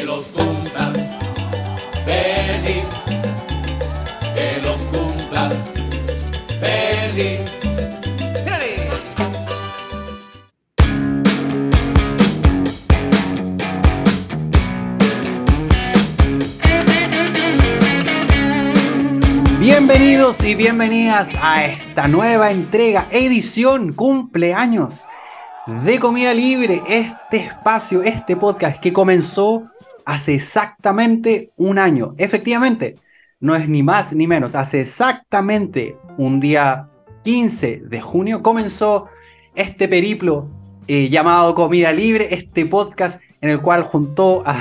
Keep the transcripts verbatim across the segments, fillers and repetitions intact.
los cumplas feliz, que los cumplas feliz. Bienvenidos y bienvenidas a esta nueva entrega, edición, cumpleaños de Comida Libre, este espacio, este podcast que comenzó hace exactamente un año. Efectivamente, no es ni más ni menos, hace exactamente un día quince de junio comenzó este periplo eh, llamado Comida Libre, este podcast en el cual juntó a,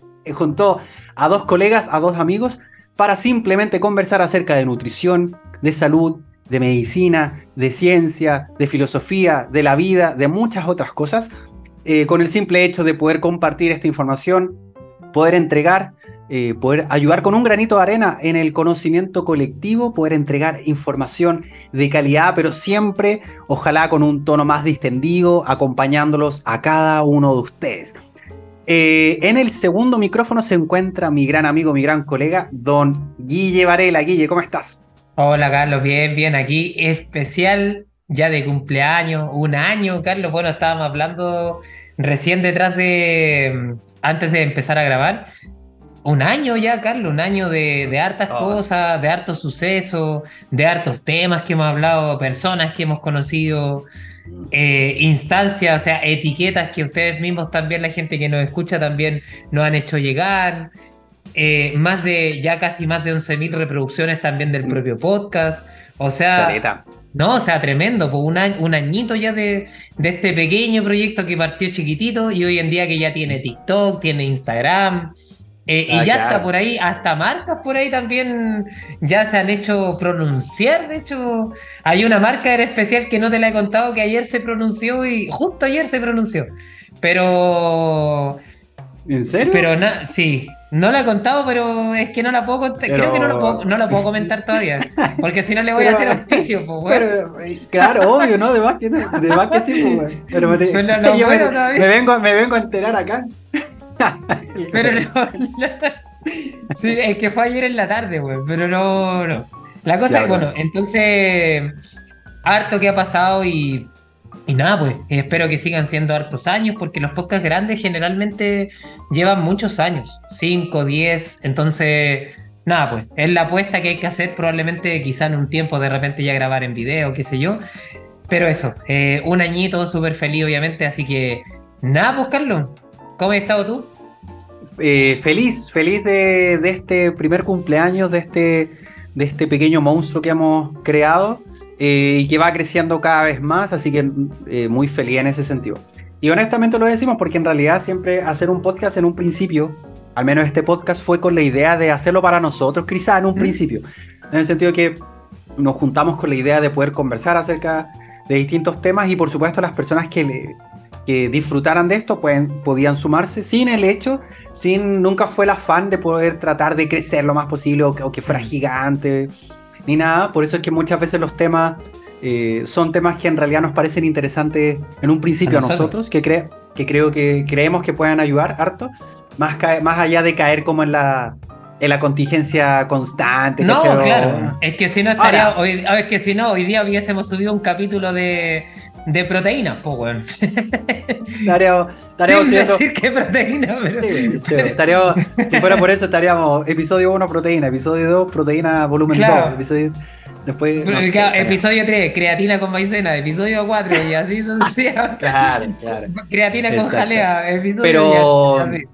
juntó a dos colegas, a dos amigos, para simplemente conversar acerca de nutrición, de salud, de medicina, de ciencia, de filosofía, de la vida, de muchas otras cosas, eh, con el simple hecho de poder compartir esta información, poder entregar, eh, poder ayudar con un granito de arena en el conocimiento colectivo, poder entregar información de calidad, pero siempre, ojalá con un tono más distendido, acompañándolos a cada uno de ustedes. Eh, en el segundo micrófono se encuentra mi gran amigo, mi gran colega, don Guille Varela. Guille, ¿cómo estás? Hola Carlos, bien, bien, aquí especial ya de cumpleaños, un año, Carlos. Bueno, estábamos hablando recién detrás de, antes de empezar a grabar, un año ya, Carlos, un año de, de hartas Oh. cosas, de hartos sucesos, de hartos temas que hemos hablado, personas que hemos conocido, eh, instancias, o sea, etiquetas que ustedes mismos también, la gente que nos escucha también nos han hecho llegar. Eh, más de, ya casi más de once mil reproducciones también del propio podcast. O sea, Caleta. no, o sea, tremendo, pues un, año, un añito ya de, de este pequeño proyecto que partió chiquitito y hoy en día que ya tiene TikTok, tiene Instagram, eh, Ah, y ya claro. está por ahí, hasta marcas por ahí también ya se han hecho pronunciar. De hecho, hay una marca en especial que no te la he contado, que ayer se pronunció y justo ayer se pronunció. Pero... ¿En serio? Pero na- sí, no la he contado, pero es que no la puedo contar. Pero- Creo que no la puedo, no la puedo comentar todavía. Porque si no le voy Pero- a hacer auspicio, pues, weón. Pero, eh, claro, obvio, ¿no? De más que, no, de más que sí, pues, güey. Pero me, te- Pero no, no yo me, puedo todavía. me vengo, me vengo a enterar acá. Pero no, no. Sí, es que fue ayer en la tarde, weón. Pero no, no. La cosa Claro, es, bueno, claro. entonces, harto que ha pasado y, y nada, pues, espero que sigan siendo hartos años, porque los podcasts grandes generalmente llevan muchos años, cinco, diez, entonces, nada, pues, es la apuesta que hay que hacer, probablemente quizá en un tiempo de repente ya grabar en video, qué sé yo, pero eso, eh, un añito súper feliz obviamente, así que, nada, pues, Carlos, ¿cómo has estado tú? Eh, feliz, feliz de, de este primer cumpleaños, de este, de este pequeño monstruo que hemos creado eh, y que va creciendo cada vez más, así que eh, muy feliz en ese sentido. Y honestamente lo decimos porque en realidad siempre hacer un podcast en un principio, al menos este podcast fue con la idea de hacerlo para nosotros, quizá en un ¿Mm? principio, en el sentido que nos juntamos con la idea de poder conversar acerca de distintos temas y por supuesto las personas que le... que disfrutaran de esto pueden, podían sumarse sin el hecho, sin nunca fue el afán de poder tratar de crecer lo más posible o que, o que fuera gigante ni nada. Por eso es que muchas veces los temas eh, son temas que en realidad nos parecen interesantes en un principio A a nosotros. nosotros, que, cre que creo que creemos que puedan ayudar harto, más, más allá de caer como en la, en la contingencia constante. No, ¿cachai? claro, es que si no estaría, Ahora, hoy, es que si no, hoy día hubiésemos subido un capítulo de, de proteínas, pues, weón. estaríamos, estaríamos Sin subiendo- decir qué proteína, pero... Sí, sí, estaríamos, si fuera por eso estaríamos episodio uno proteína, episodio dos proteína volumen Claro. dos, episodio después Pero, no sé, claro, estaríamos- episodio tres, creatina con maicena, episodio cuatro, y así sucesivamente. Claro, claro. Creatina con Exacto. jalea, episodio Pero, diez, así.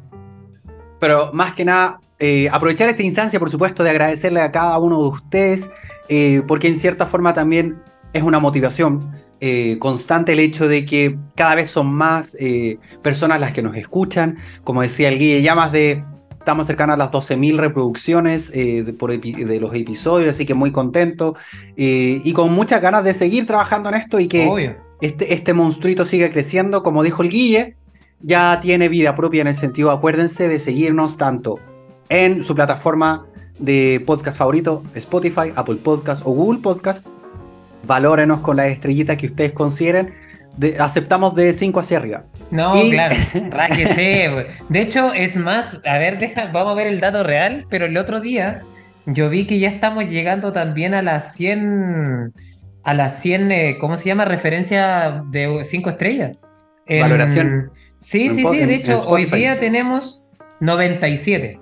pero más que nada, eh, aprovechar esta instancia, por supuesto, de agradecerle a cada uno de ustedes, eh, porque en cierta forma también es una motivación eh, constante el hecho de que cada vez son más eh, personas las que nos escuchan. Como decía el Guille, ya más de... Estamos cercanos a las doce mil reproducciones eh, de, por epi de los episodios, así que muy contento eh, y con muchas ganas de seguir trabajando en esto y que Obvio. este, este monstruito siga creciendo. Como dijo el Guille, ya tiene vida propia en el sentido, acuérdense de seguirnos tanto en su plataforma de podcast favorito, Spotify, Apple Podcast o Google Podcast. Valórenos con las estrellitas que ustedes consideren. De, aceptamos de cinco hacia arriba. No, Y claro, rájese, güey. De hecho, es más, a ver, deja, vamos a ver el dato real, pero el otro día yo vi que ya estamos llegando también a las cien, a las cien, eh, ¿cómo se llama? Referencia de cinco estrellas. valoración En, sí, en, sí, po- sí, de en- en hecho, hoy Spotify. día tenemos noventa y siete.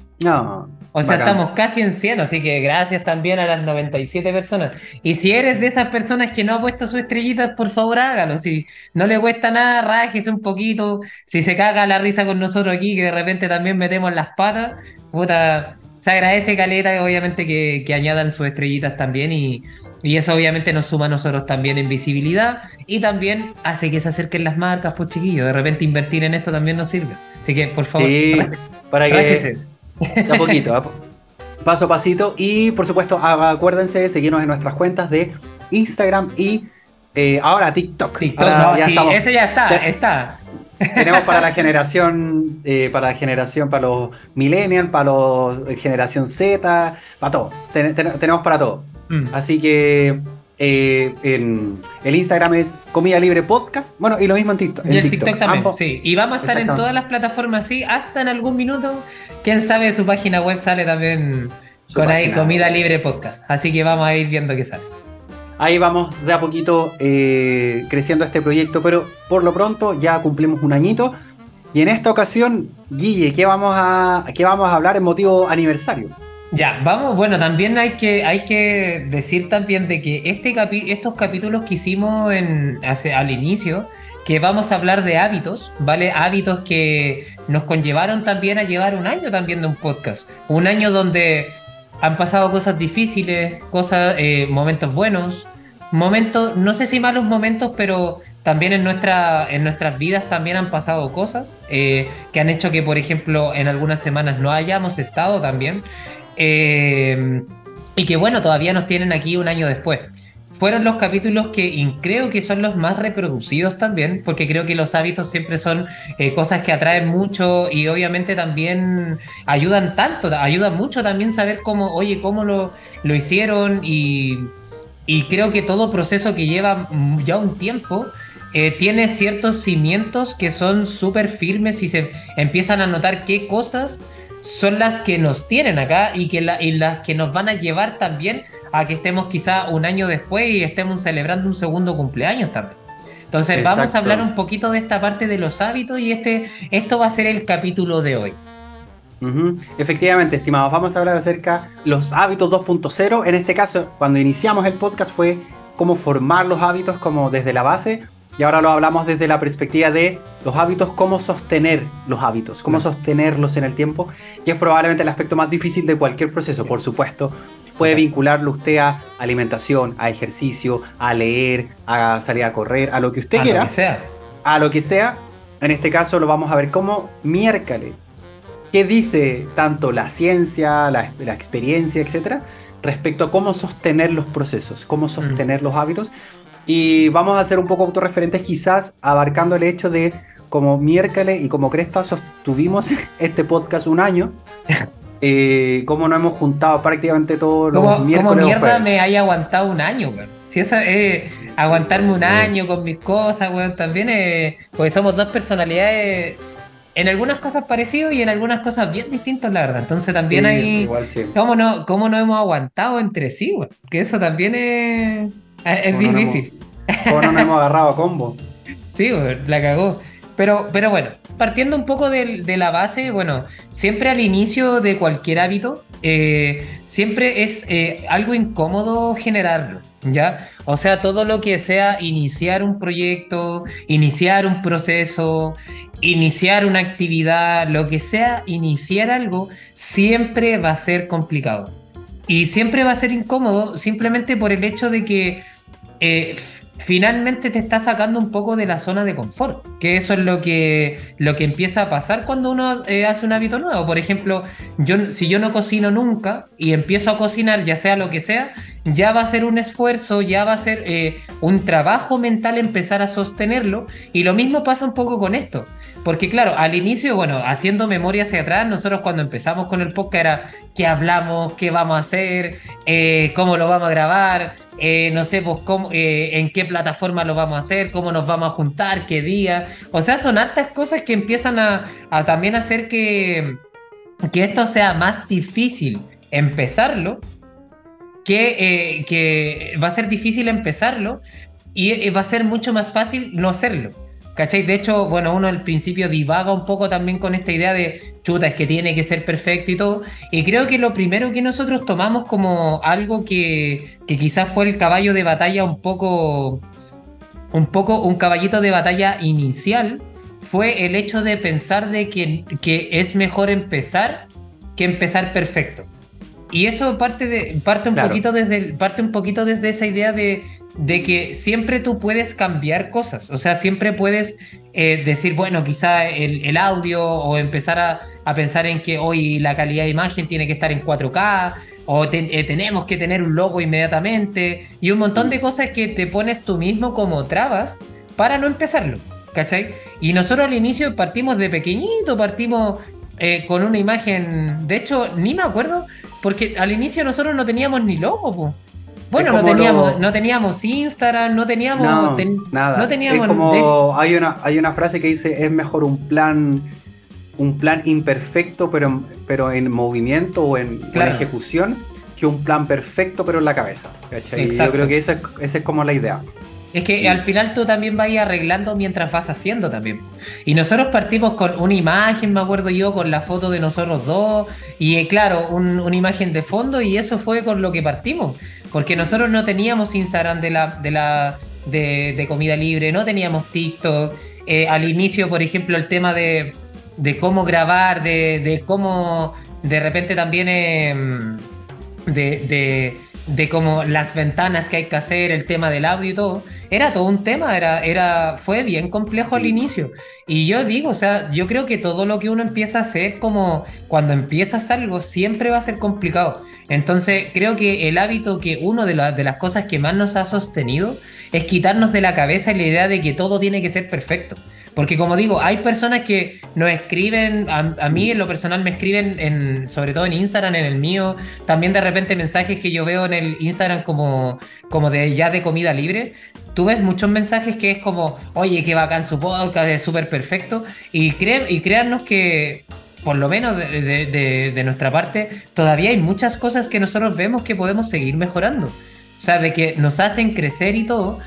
No, O sea, bacán. estamos casi en cien, así que gracias también a las noventa y siete personas. Y si eres de esas personas que no ha puesto sus estrellitas, por favor hágalo. Si no le cuesta nada, rájese un poquito. Si se caga la risa con nosotros aquí, que de repente también metemos las patas, puta, se agradece caleta, obviamente, que, que añadan sus estrellitas también. Y, y eso obviamente nos suma a nosotros también en visibilidad y también hace que se acerquen las marcas, pues chiquillos. De repente invertir en esto también nos sirve. Así que, por favor, Sí, rájese. para que Rájese. de a poquito, a po- paso a pasito. Y por supuesto, a- acuérdense de seguirnos en nuestras cuentas de Instagram y eh, ahora TikTok. TikTok, Ahora no, ya sí, estamos. ese ya está, te- está. Tenemos para la generación, eh, para la generación, para los millennials, para los eh, generación Z, para todo. Ten- ten- tenemos para todo. Mm. Así que eh, en, el Instagram es Comida Libre Podcast. Bueno, y lo mismo en TikTok. Y En el TikTok también, Ambos. sí. Y vamos a estar en Exactamente. todas las plataformas, sí, hasta en algún minuto. Quién sabe, su página web sale también Su con ahí página Comida web. Libre Podcast. Así que vamos a ir viendo qué sale. Ahí vamos de a poquito eh, creciendo este proyecto, pero por lo pronto ya cumplimos un añito. Y en esta ocasión, Guille, ¿qué vamos a, qué vamos a hablar en motivo aniversario? Ya, vamos, bueno, también hay que, hay que decir también de que este capi- estos capítulos que hicimos en, hace, al inicio, que vamos a hablar de hábitos, ¿vale? Hábitos que nos conllevaron también a llevar un año también de un podcast. Un año donde han pasado cosas difíciles, cosas, eh, momentos buenos, momentos, no sé si malos momentos, pero también en, nuestra, en nuestras vidas también han pasado cosas eh, que han hecho que, por ejemplo, en algunas semanas no hayamos estado también. Eh, y que bueno, todavía nos tienen aquí un año después. Fueron los capítulos que y creo que son los más reproducidos también, porque creo que los hábitos siempre son eh, cosas que atraen mucho y obviamente también ayudan tanto, ayudan mucho también saber cómo, oye, cómo lo, lo hicieron y, y creo que todo proceso que lleva mm, ya un tiempo eh, tiene ciertos cimientos que son súper firmes y se empiezan a notar qué cosas son las que nos tienen acá y, que la, y las que nos van a llevar también a que estemos quizá un año después y estemos celebrando un segundo cumpleaños también. Entonces Exacto. vamos a hablar un poquito de esta parte de los hábitos y este, esto va a ser el capítulo de hoy. Ujú. Efectivamente, estimados, vamos a hablar acerca de los hábitos dos punto cero. En este caso, cuando iniciamos el podcast fue cómo formar los hábitos como desde la base. Y ahora lo hablamos desde la perspectiva de los hábitos, cómo sostener los hábitos, cómo Claro. sostenerlos en el tiempo, que es probablemente el aspecto más difícil de cualquier proceso, por supuesto. Puede Exacto. vincularlo usted a alimentación, a ejercicio, a leer, a salir a correr, a lo que usted A quiera, lo que sea. a lo que sea. En este caso lo vamos a ver como miércoles. ¿Qué dice tanto la ciencia, la, la experiencia, etcétera, respecto a cómo sostener los procesos, cómo sostener los hábitos? Y vamos a ser un poco autorreferentes, quizás abarcando el hecho de como miércoles y como Cresta sostuvimos este podcast un año, eh, cómo nos hemos juntado prácticamente todos los ¿Cómo, miércoles. cómo o mierda jueves. me haya aguantado un año, weón? Si eso es aguantarme un año con mis cosas, weón, también es. Porque somos dos personalidades en algunas cosas parecidas y en algunas cosas bien distintas, la verdad. Entonces también Sí, hay. igual sí. ¿Cómo no, cómo no hemos aguantado entre sí, weón? Que eso también es. Es Cómo no nos difícil. hemos- cómo no nos hemos agarrado a combo. Sí, weón, la cagó. Pero, pero bueno, partiendo un poco de, de la base, bueno, siempre al inicio de cualquier hábito, eh, siempre es eh, algo incómodo generarlo, ¿ya? O sea, todo lo que sea iniciar un proyecto, iniciar un proceso, iniciar una actividad, lo que sea, iniciar algo, siempre va a ser complicado. Y siempre va a ser incómodo simplemente por el hecho de que eh, finalmente te está sacando un poco de la zona de confort, que eso es lo que, lo que empieza a pasar cuando uno eh, hace un hábito nuevo. Por ejemplo, yo, si yo no cocino nunca y empiezo a cocinar, ya sea lo que sea, ya va a ser un esfuerzo, ya va a ser eh, un trabajo mental empezar a sostenerlo, y lo mismo pasa un poco con esto, porque claro, al inicio, bueno, haciendo memoria hacia atrás, nosotros cuando empezamos con el podcast era qué hablamos, qué vamos a hacer, eh, cómo lo vamos a grabar, eh, no sé, pues cómo, eh, en qué plataforma lo vamos a hacer, cómo nos vamos a juntar, qué día, o sea, son hartas cosas que empiezan a, a también hacer que, que esto sea más difícil empezarlo, que, eh, que va a ser difícil empezarlo y eh, va a ser mucho más fácil no hacerlo. ¿Cachai? De hecho, bueno, uno al principio divaga un poco también con esta idea de chuta, es que tiene que ser perfecto y todo. Y creo que lo primero que nosotros tomamos como algo que, que quizás fue el caballo de batalla un poco, un poco, un caballito de batalla inicial, fue el hecho de pensar de que, que es mejor empezar que empezar perfecto. Y eso parte de parte un Claro. poquito desde el- parte un poquito desde esa idea de, de que siempre tú puedes cambiar cosas, o sea, siempre puedes eh, decir, bueno, quizá el, el audio, o empezar a, a pensar en que hoy la calidad de imagen tiene que estar en cuatro K, o te- eh, tenemos que tener un logo inmediatamente, y un montón de cosas que te pones tú mismo como trabas para no empezarlo, ¿cachai? Y nosotros al inicio partimos de pequeñito, partimos eh, con una imagen, de hecho, ni me acuerdo. Porque al inicio nosotros no teníamos ni logo, po. Bueno, Es no como teníamos, lo- no teníamos Instagram, no teníamos, No, ten- no nada. Es teníamos, de- como hay una, hay una frase que dice, es mejor un plan, un plan imperfecto, pero, pero en movimiento o en, o en claro, ejecución, que un plan perfecto, pero en la cabeza. ¿Cachai? Y yo creo exacto. que esa es, esa es como la idea. Es que Y, al final tú también vas a ir arreglando mientras vas haciendo también. Y nosotros partimos con una imagen, me acuerdo yo, con la foto de nosotros dos, y eh, claro, un- una imagen de fondo, y eso fue con lo que partimos. Porque nosotros no teníamos Instagram de la, de la, de, de comida libre, no teníamos TikTok. Eh, al inicio, por ejemplo, el tema de, de cómo grabar, de, de cómo de repente también em, de, de, de como las ventanas que hay que hacer, el tema del audio y todo, era todo un tema, era, era, fue bien complejo al inicio. Y yo digo, o sea, yo creo que todo lo que uno empieza a hacer, como cuando empiezas algo, siempre va a ser complicado. Entonces, creo que el hábito que uno de, la- de las cosas que más nos ha sostenido es quitarnos de la cabeza la idea de que todo tiene que ser perfecto. Porque como digo, hay personas que nos escriben, a, a mí en lo personal me escriben, en, sobre todo en Instagram, en el mío, también de repente mensajes que yo veo en el Instagram como, como de ya de comida libre. Tú ves muchos mensajes que es como, oye, qué bacán su podcast, es súper perfecto. Y, cre y créannos que, por lo menos de, de, de, de nuestra parte, todavía hay muchas cosas que nosotros vemos que podemos seguir mejorando. O sea, de que nos hacen crecer y todo.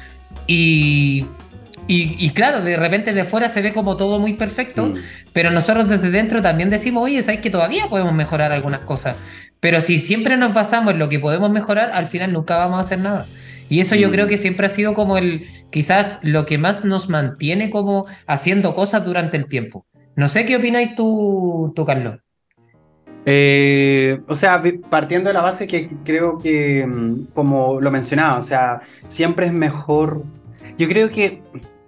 Y, y, y claro, de repente de fuera se ve como todo muy perfecto, mm, pero nosotros desde dentro también decimos, oye, ¿sabes que todavía podemos mejorar algunas cosas? Pero si siempre nos basamos en lo que podemos mejorar, al final nunca vamos a hacer nada. Y eso yo creo mm. que siempre ha sido como el, quizás lo que más nos mantiene como haciendo cosas durante el tiempo. No sé qué opináis tú, tú, Carlos. Eh, o sea, vi- partiendo de la base que creo que, mm, como lo mencionaba, o sea, siempre es mejor. Yo creo que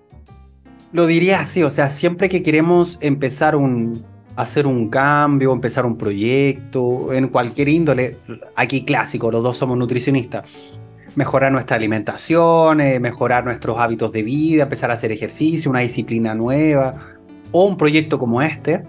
lo diría así, o sea, siempre que queremos empezar un, hacer un cambio, empezar un proyecto, en cualquier índole, aquí clásico, los dos somos nutricionistas, mejorar nuestra alimentación, eh, mejorar nuestros hábitos de vida, empezar a hacer ejercicio, una disciplina nueva, o un proyecto como este,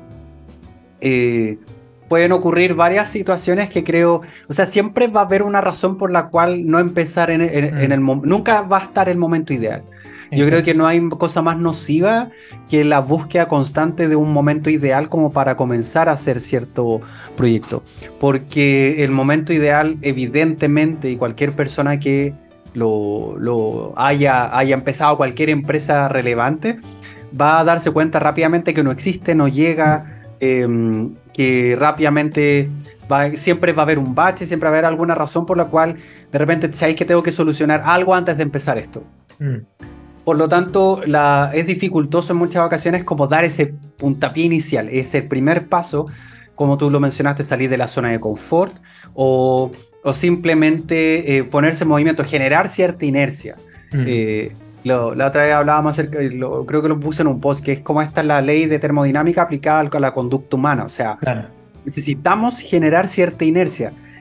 eh, pueden ocurrir varias situaciones que creo, o sea, siempre va a haber una razón por la cual no empezar en, en- en Mm, el momento, nunca va a estar el momento ideal. Yo creo exacto. que no hay cosa más nociva que la búsqueda constante de un momento ideal como para comenzar a hacer cierto proyecto. Porque el momento ideal, evidentemente, y cualquier persona que lo, lo haya, haya empezado cualquier empresa relevante, va a darse cuenta rápidamente que no existe, no llega, eh, que rápidamente va, siempre va a haber un bache, siempre va a haber alguna razón por la cual de repente sabéis que tengo que solucionar algo antes de empezar esto. Mm, Por lo tanto, la, es dificultoso en muchas ocasiones como dar ese puntapié inicial, ese primer paso, como tú lo mencionaste, salir de la zona de confort o, o simplemente eh, ponerse en movimiento, generar cierta inercia. mm, Eh, lo- la otra vez hablábamos acerca, lo, creo que lo puse en un post, que es como esta es la ley de termodinámica aplicada a la conducta humana. O sea, claro. necesitamos generar cierta inercia.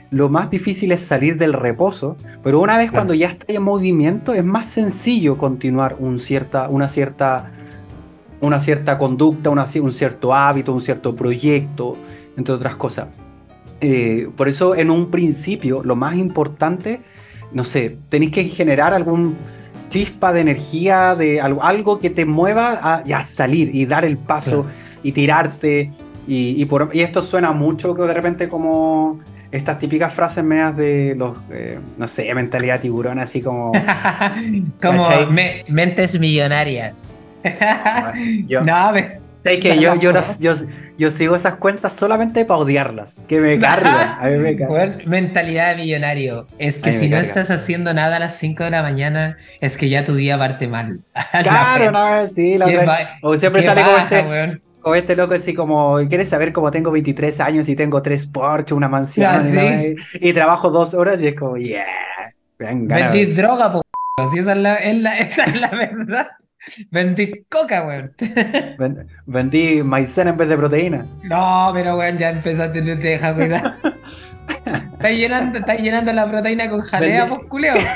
lo más difícil es salir del reposo, pero una vez Claro. cuando ya estás en movimiento es más sencillo continuar un cierta, una, cierta, una cierta conducta, una, un cierto hábito, un cierto proyecto, entre otras cosas. Eh, por eso en un principio lo más importante, no sé, tenéis que generar algún chispa de energía, de algo, algo que te mueva a ya salir y dar el paso Claro. y tirarte. Y, y, por, y esto suena mucho que de repente como estas típicas frases medias de los, eh, no sé, mentalidad tiburón, así como, Como ¿cachai? me- mentes millonarias. Ah, yo, No, me, ¿sabes no qué? Yo, las yo, conozco. las- yo, yo sigo esas cuentas solamente para odiarlas, que me cargan, a mí me Bueno, cargan, mentalidad de millonario. Es a que mí me si no cargan. estás haciendo nada a las cinco de la mañana, es que ya tu día parte mal. La Claro, wea. no, sí, la Qué, otra vez. ba- O siempre qué sale como baja, este, weón. como este loco así como, ¿quieres saber cómo tengo veintitrés años y tengo tres Porsche, una mansión y, la Así. wea? Y trabajo dos horas y es como, yeah, me dan ganas Vendí de- droga, po. Si esa es la, es la, esa es la verdad. Vendí coca, weón. ven- vendí maicena en vez de proteína. No, pero weón, ya empezaste, no te deja cuidar. Estás llenando, estás llenando la proteína con jalea, Vendí, pues, culeo.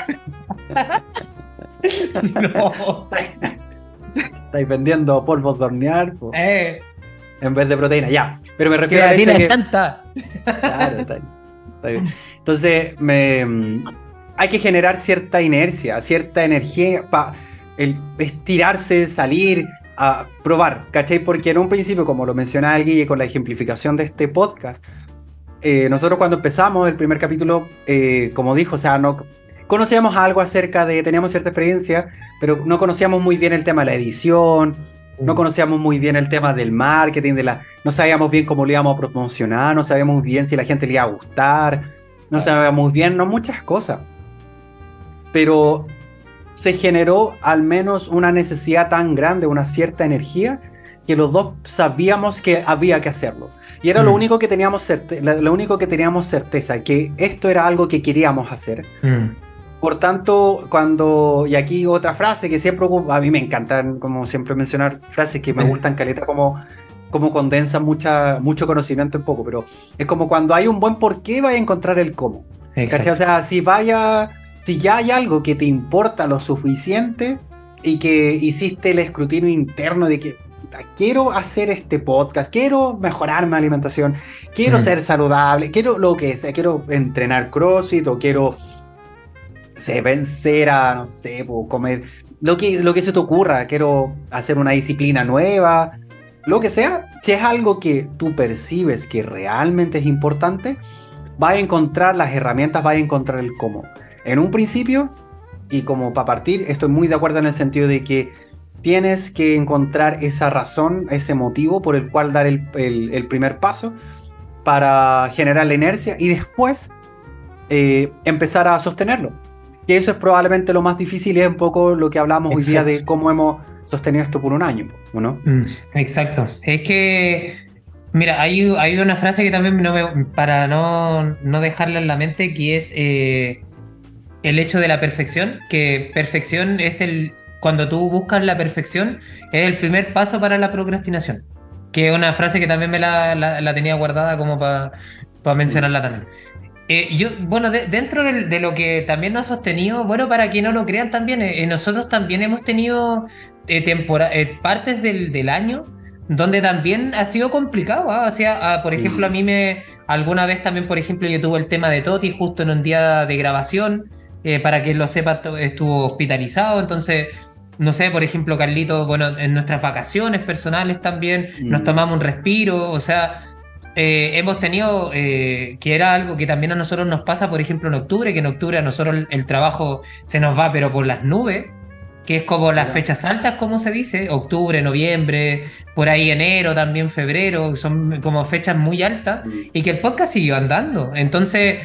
No. estáis vendiendo polvos de hornear po, Eh, en vez de proteína, ya. Pero me refiero al hecho creatina de que, llanta. claro, está, está bien. Entonces, me, mm, hay que generar cierta inercia, cierta energía para el estirarse, salir, a probar, ¿cachai? Porque en un principio, como lo mencionaba el Guille con la ejemplificación de este podcast, eh, nosotros cuando empezamos el primer capítulo, eh, como dijo, o sea, no conocíamos algo acerca de, teníamos cierta experiencia, pero no conocíamos muy bien el tema de la edición, no conocíamos muy bien el tema del marketing, de la, no sabíamos bien cómo le íbamos a promocionar, no sabíamos bien si a la gente le iba a gustar, no sabíamos bien, no muchas cosas. Pero se generó al menos una necesidad tan grande, una cierta energía, que los dos sabíamos que había que hacerlo. Y era lo Mm. único que teníamos certe- la- lo único que teníamos certeza, que esto era algo que queríamos hacer. Mm. Por tanto, cuando, y aquí otra frase que siempre ocupo, a mí me encantan, como siempre mencionar frases que me gustan, caleta, como, como condensan mucha, mucho conocimiento en poco, pero es como cuando hay un buen porqué, vaya a encontrar el cómo. ¿Cachai? O Exacto. sea, si vaya, si ya hay algo que te importa lo suficiente y que hiciste el escrutinio interno de que "Puta, quiero hacer este podcast, quiero mejorar mi alimentación, quiero Mm. ser saludable, quiero lo que sea, quiero entrenar CrossFit o quiero sé, vencer a, no sé, po, comer, lo que, lo que se te ocurra, quiero hacer una disciplina nueva, lo que sea, si es algo que tú percibes que realmente es importante, vas a encontrar las herramientas, vas a encontrar el cómo. En un principio, y como para partir, estoy muy de acuerdo en el sentido de que tienes que encontrar esa razón, ese motivo por el cual dar el, el, el primer paso para generar la inercia y después eh, empezar a sostenerlo. Que eso es probablemente lo más difícil y es un poco lo que hablamos hoy día de Exacto. cómo hemos sostenido esto por un año, ¿o no? Mm, exacto. Es que, mira, hay, hay una frase que también no me, para no, no dejarla en la mente, que es eh, el hecho de la perfección, que perfección es el, cuando tú buscas la perfección, es el primer paso para la procrastinación. Que es una frase que también me la, la, la tenía guardada como para mencionarla también. Eh, yo, bueno, de- dentro del- de, lo que también nos ha sostenido, bueno, para que no lo crean también, eh, eh, nosotros también hemos tenido eh, tempora- eh, partes del, del año donde también ha sido complicado, ¿ah? O sea, ah, por ejemplo, a mí me, alguna vez también, por ejemplo, yo tuve el tema de Toti justo en un día de grabación, eh, para quien lo sepa, to- estuvo hospitalizado, entonces, no sé, por ejemplo, Carlito, bueno, en nuestras vacaciones personales también nos Mm. tomamos un respiro, o sea eh, hemos tenido, eh, que era algo que también a nosotros nos pasa, por ejemplo, en octubre, que en octubre a nosotros el, el trabajo se nos va, pero por las nubes, que es como las Mira. fechas altas, como se dice, octubre, noviembre, por ahí enero, también febrero, son como fechas muy altas, Mm. y que el podcast siguió andando. Entonces,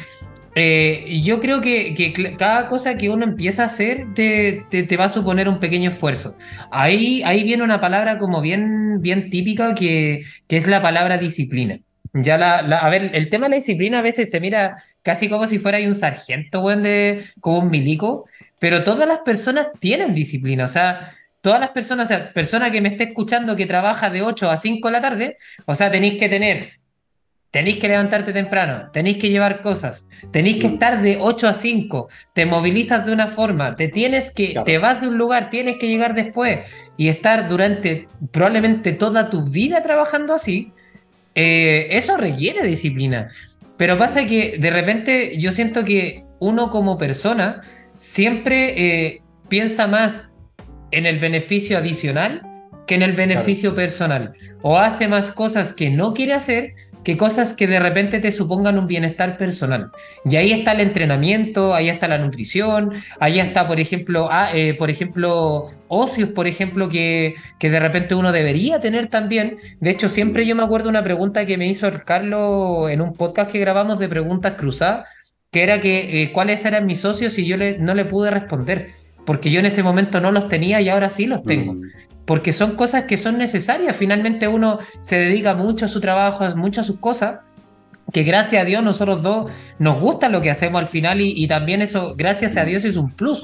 eh, yo creo que, que cl- cada cosa que uno empieza a hacer te, te- te va a suponer un pequeño esfuerzo. Ahí, ahí viene una palabra como bien, bien típica que, que es la palabra disciplina. Ya la, la- a ver, el tema de la disciplina a veces se mira casi como si fuera ahí un sargento, weón, de, como un milico, pero todas las personas tienen disciplina, o sea, todas las personas, o sea, persona que me esté escuchando que trabaja de ocho a cinco de la tarde, o sea, tenéis que tener tenéis que levantarte temprano, tenéis que llevar cosas, tenéis que estar de ocho a cinco, te movilizas de una forma, te tienes que, te Claro. vas de un lugar, tienes que llegar después y estar durante probablemente toda tu vida trabajando así, eh, eso requiere disciplina. Pero pasa que de repente yo siento que uno como persona siempre eh, piensa más en el beneficio adicional que en el Claro. beneficio personal. O hace más cosas que no quiere hacer que cosas que de repente te supongan un bienestar personal. Y ahí está el entrenamiento, ahí está la nutrición, ahí está, por ejemplo, ah, eh, por ejemplo, ocios, por ejemplo, que, que de repente uno debería tener también. De hecho, siempre yo me acuerdo una pregunta que me hizo el Carlos en un podcast que grabamos de preguntas cruzadas, que era que eh, cuáles eran mis socios y yo le, no le pude responder, porque yo en ese momento no los tenía y ahora sí los tengo. Mm, Porque son cosas que son necesarias. Finalmente uno se dedica mucho a su trabajo, mucho a sus cosas, que gracias a Dios nosotros dos nos gusta lo que hacemos al final y, y también eso, gracias a Dios, es un plus.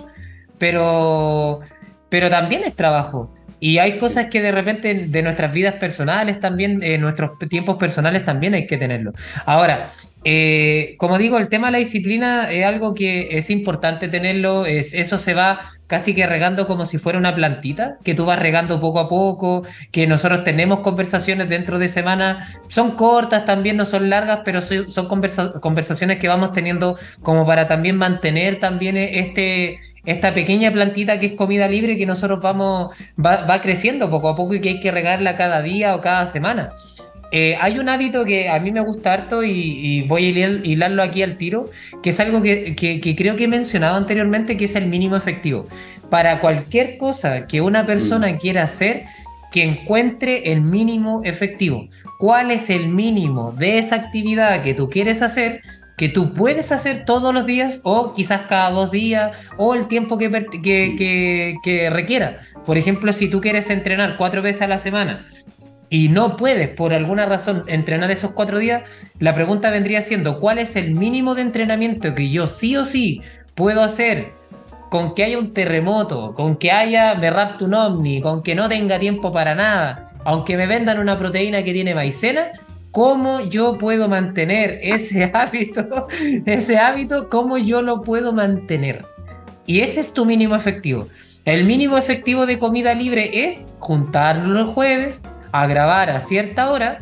Pero, pero también es trabajo. Y hay sí. cosas que de repente de nuestras vidas personales también, de nuestros tiempos personales también hay que tenerlo. Ahora, eh, como digo, el tema de la disciplina es algo que es importante tenerlo, es, eso se va casi que regando como si fuera una plantita, que tú vas regando poco a poco, que nosotros tenemos conversaciones dentro de semana, son cortas también, no son largas, pero son, son conversa conversaciones que vamos teniendo como para también mantener también este, esta pequeña plantita que es comida libre que nosotros vamos, va, va creciendo poco a poco y que hay que regarla cada día o cada semana. Eh, hay un hábito que a mí me gusta harto y, y voy a hilar- hilarlo aquí al tiro, que es algo que, que- que creo que he mencionado anteriormente, que es el mínimo efectivo. Para cualquier cosa que una Mm, persona quiera hacer, que encuentre el mínimo efectivo. ¿Cuál es el mínimo de esa actividad que tú quieres hacer? Que tú puedes hacer todos los días o quizás cada dos días o el tiempo que, per- que, mm, que, que requiera. Por ejemplo, si tú quieres entrenar cuatro veces a la semana y no puedes por alguna razón entrenar esos cuatro días, la pregunta vendría siendo, ¿cuál es el mínimo de entrenamiento que yo sí o sí puedo hacer con que haya un terremoto, con que haya, me rapto un ovni, con que no tenga tiempo para nada, aunque me vendan una proteína que tiene maicena? ¿Cómo yo puedo mantener ese hábito, ese hábito, cómo yo lo puedo mantener? Y ese es tu mínimo efectivo. El mínimo efectivo de comida libre es juntarnos los jueves a grabar a cierta hora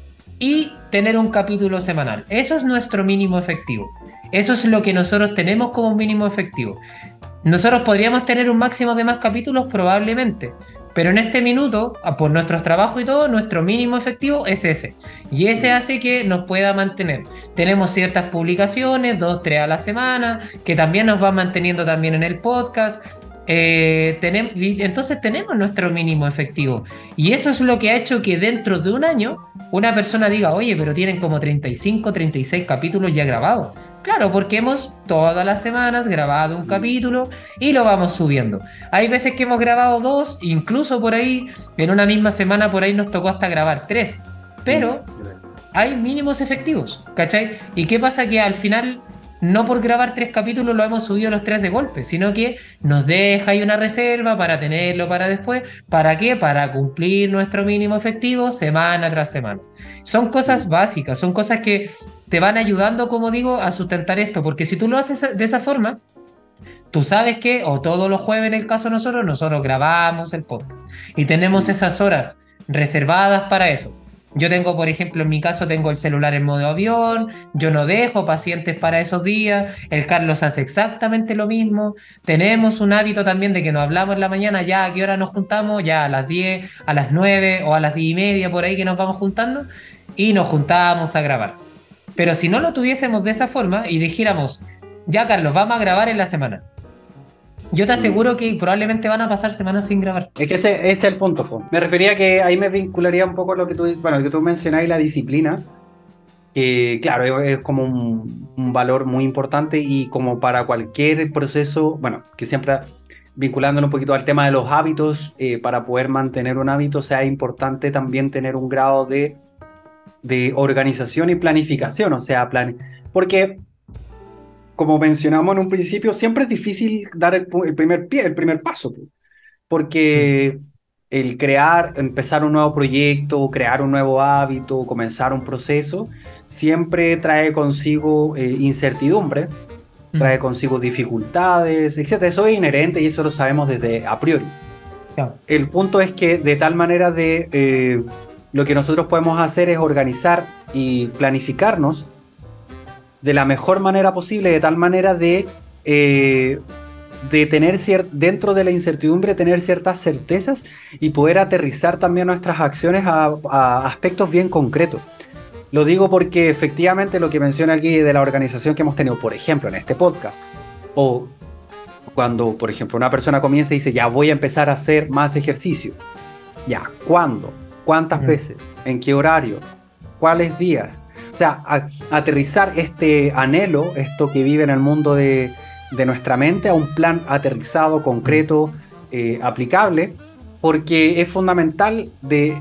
y tener un capítulo semanal. Eso es nuestro mínimo efectivo. Eso es lo que nosotros tenemos como mínimo efectivo. Nosotros podríamos tener un máximo de más capítulos probablemente, pero en este minuto, a- por nuestros trabajos y todo, nuestro mínimo efectivo es ese. Y ese mm, hace que nos pueda mantener. Tenemos ciertas publicaciones, dos, tres a la semana, que también nos van manteniendo también en el podcast. Eh, tenem- y entonces tenemos nuestro mínimo efectivo. Y eso es lo que ha hecho que dentro de un año una persona diga, oye, pero tienen como treinta y cinco, treinta y seis capítulos ya grabados. Claro, porque hemos todas las semanas grabado un mm, capítulo y lo vamos subiendo. Hay veces que hemos grabado dos, incluso por ahí, en una misma semana por ahí nos tocó hasta grabar tres. mm, Pero hay mínimos efectivos, ¿cachai? ¿Y qué pasa? Que al final, no por grabar tres capítulos lo hemos subido los tres de golpe, sino que nos deja ahí una reserva para tenerlo para después. ¿Para qué? Para cumplir nuestro mínimo efectivo semana tras semana. Son cosas mm, básicas, son cosas que te van ayudando, como digo, a sustentar esto, porque si tú lo haces de esa forma, tú sabes que, o todos los jueves en el caso de nosotros, nosotros grabamos el podcast y tenemos mm, esas horas reservadas para eso. Yo tengo, por ejemplo, en mi caso, tengo el celular en modo avión, yo no dejo pacientes para esos días, el Carlos hace exactamente lo mismo, tenemos un hábito también de que nos hablamos en la mañana, ya a qué hora nos juntamos, ya a las diez, a las nueve o a las diez y media por ahí que nos vamos juntando y nos juntamos a grabar. Pero si no lo tuviésemos de esa forma y dijéramos, ya Carlos, vamos a grabar en la semana, yo te mm. aseguro que probablemente van a pasar semanas sin grabar. Es que ese, ese es el punto, po. Me refería que ahí me vincularía un poco a lo que tú, bueno, que tú mencionabas, la disciplina, que claro, es, es como un, un valor muy importante y como para cualquier proceso, bueno, que siempre vinculándolo un poquito al tema de los hábitos, eh, para poder mantener un hábito, sea importante también tener un grado de, de organización y planificación, o sea, plan, porque como mencionamos en un principio, siempre es difícil dar el, pu- el primer pie, el primer paso, po. Mm. Porque el crear, empezar un nuevo proyecto, crear un nuevo hábito, comenzar un proceso, siempre trae consigo eh, incertidumbre, trae Mm, consigo dificultades, etcétera. Eso es inherente y eso lo sabemos desde a priori. claro. El punto es que de tal manera de eh, lo que nosotros podemos hacer es organizar y planificarnos de la mejor manera posible, de tal manera de, eh, de tener cier- dentro de la incertidumbre, tener ciertas certezas y poder aterrizar también nuestras acciones a, a aspectos bien concretos. Lo digo porque efectivamente lo que menciona el Guille de la organización que hemos tenido, por ejemplo, en este podcast, o cuando, por ejemplo, una persona comienza y dice, ya voy a empezar a hacer más ejercicio. Ya, ¿cuándo? ¿Cuántas Mm, veces? ¿En qué horario? ¿Cuáles días? O sea, a- aterrizar este anhelo, esto que vive en el mundo de, de nuestra mente, a un plan aterrizado, mm, concreto, eh, aplicable, porque es fundamental de,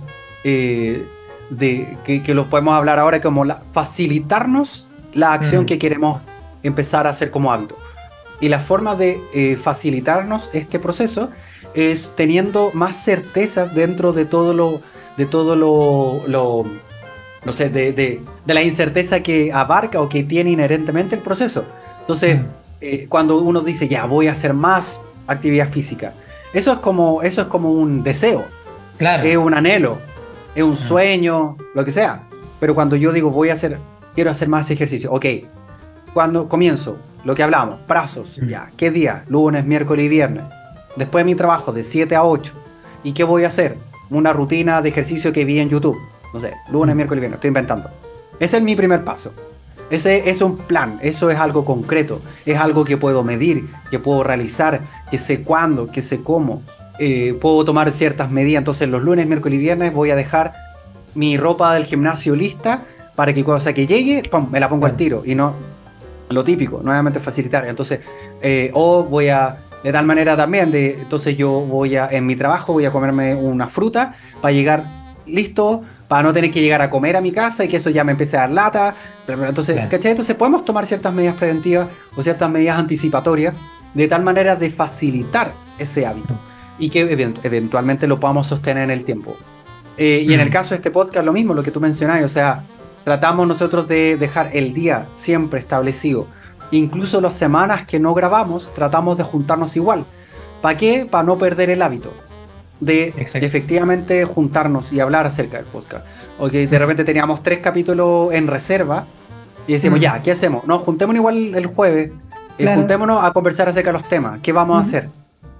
eh, de que, que lo podemos hablar ahora como la, facilitarnos la acción mm, que queremos empezar a hacer como hábito. Y la forma de eh, facilitarnos este proceso es teniendo más certezas dentro de todo lo, de todo lo, lo no sé, de, de, de la incerteza que abarca o que tiene inherentemente el proceso. Entonces, mm. eh, cuando uno dice, ya voy a hacer más actividad física, eso es como, eso es como un deseo, es Claro. un anhelo, es un Mm, sueño, lo que sea. Pero cuando yo digo, voy a hacer, quiero hacer más ejercicio, ok, cuando comienzo, lo que hablamos, plazos, mm, ya, ¿qué día? Lunes, miércoles y viernes. Después de mi trabajo, de siete a ocho. ¿Y qué voy a hacer? Una rutina de ejercicio que vi en YouTube. No sé, lunes, mm. miércoles y viernes, estoy inventando. Ese es mi primer paso. Ese es un plan, eso es algo concreto, es algo que puedo medir, que puedo realizar, que sé cuándo, que sé cómo. Eh, puedo tomar ciertas medidas. Entonces, los lunes, miércoles y viernes voy a dejar mi ropa del gimnasio lista para que cuando sea que llegue, pum, me la pongo al Claro. tiro y no lo típico, nuevamente facilitar. Entonces, eh, o voy a, de tal manera también, de, entonces yo voy a, en mi trabajo voy a comerme una fruta para llegar listo, para no tener que llegar a comer a mi casa y que eso ya me empiece a dar lata. Bla, bla. Entonces, Claro. ¿cachai? Entonces podemos tomar ciertas medidas preventivas o ciertas medidas anticipatorias de tal manera de facilitar ese hábito y que event- eventualmente lo podamos sostener en el tiempo. Eh, y en el Mm, caso de este podcast, lo mismo, lo que tú mencionabas, o sea, tratamos nosotros de dejar el día siempre establecido. Incluso las semanas que no grabamos, tratamos de juntarnos igual. ¿Para qué? Para no perder el hábito de exacto. efectivamente juntarnos y hablar acerca del podcast. O que de Mm, repente teníamos tres capítulos en reserva y decimos, mm, ya, ¿qué hacemos? No, juntémonos igual el jueves, eh, claro. juntémonos a conversar acerca de los temas. ¿Qué vamos a Mm, hacer?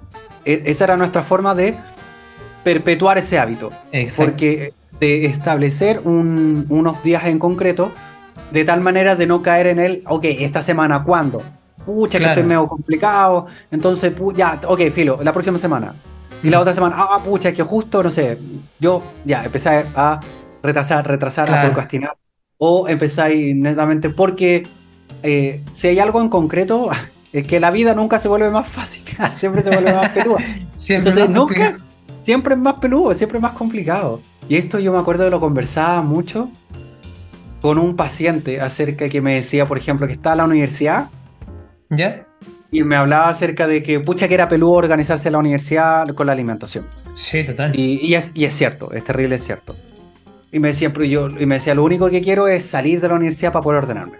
E- esa era nuestra forma de perpetuar ese hábito, exacto. porque de establecer un- unos días en concreto, de tal manera de no caer en el, ok, esta semana, ¿cuándo? Pucha, que estoy Claro. medio complicado, entonces, pu- ya, ok, filo, la próxima semana. Y la Mm, otra semana, ah, pucha, que justo, no sé, yo ya empecé a retrasar, retrasar, a claro. procrastinar, o empezáis netamente porque eh, si hay algo en concreto, es que la vida nunca se vuelve más fácil, siempre se vuelve más peluda. Siempre Entonces, más nunca, complicado. siempre es más peludo, siempre es más complicado. Y esto yo me acuerdo que lo conversaba mucho con un paciente acerca que me decía, por ejemplo, que estaba en la universidad ¿Ya? y me hablaba acerca de que, pucha, que era peludo organizarse en la universidad con la alimentación. Sí, total. Y, y es, y es cierto, es terrible, es cierto. Y me decía, pero yo, y me decía, lo único que quiero es salir de la universidad para poder ordenarme.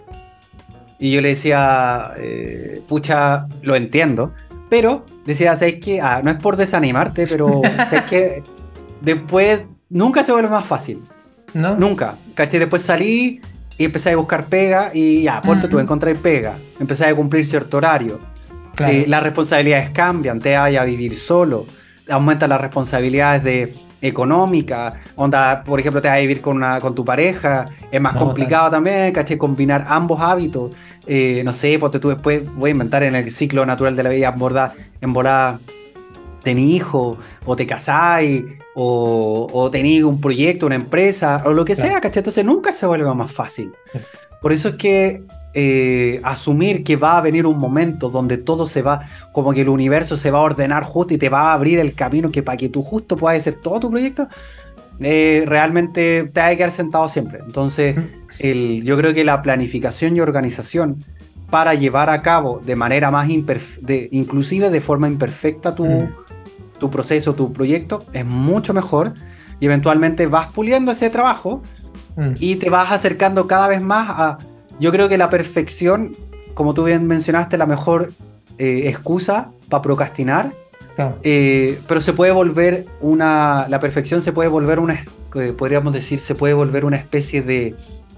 Y yo le decía, eh, pucha, lo entiendo, pero decía, ¿sabes qué? Ah, no es por desanimarte, pero ¿sabes qué? Después nunca se vuelve más fácil, ¿No? nunca, ¿cachai? Después salí y empecé a buscar pega y ya, ponte tú, Mm, encontré pega, empecé a cumplir cierto horario, eh, claro. las responsabilidades cambian, te vayas a vivir solo, aumentan las responsabilidades de económica, onda, por ejemplo, te vas a vivir con, una, con tu pareja, es más No, total. complicado también, ¿cachai? Combinar ambos hábitos, eh, no sé, porque tú después, voy a inventar en el ciclo natural de la vida, en volada, en volada tenés hijos, o te casáis, o, o tenés un proyecto, una empresa, o lo que Claro. sea, ¿cachai? Entonces nunca se vuelve más fácil. Por eso es que eh, asumir que va a venir un momento donde todo se va, como que el universo se va a ordenar justo y te va a abrir el camino que para que tú justo puedas hacer todo tu proyecto, eh, realmente te hay que quedar sentado siempre. Entonces, Mm, el, yo creo que la planificación y organización para llevar a cabo de manera más imperfe- de, inclusive de forma imperfecta tu, mm, tu proceso, tu proyecto, es mucho mejor y eventualmente vas puliendo ese trabajo mm. y te vas acercando cada vez más a, yo creo que la perfección, como tú bien mencionaste, la mejor eh, excusa para procrastinar, claro. eh, pero se puede volver una, la perfección se puede volver una, eh, podríamos decir, se puede volver una especie de,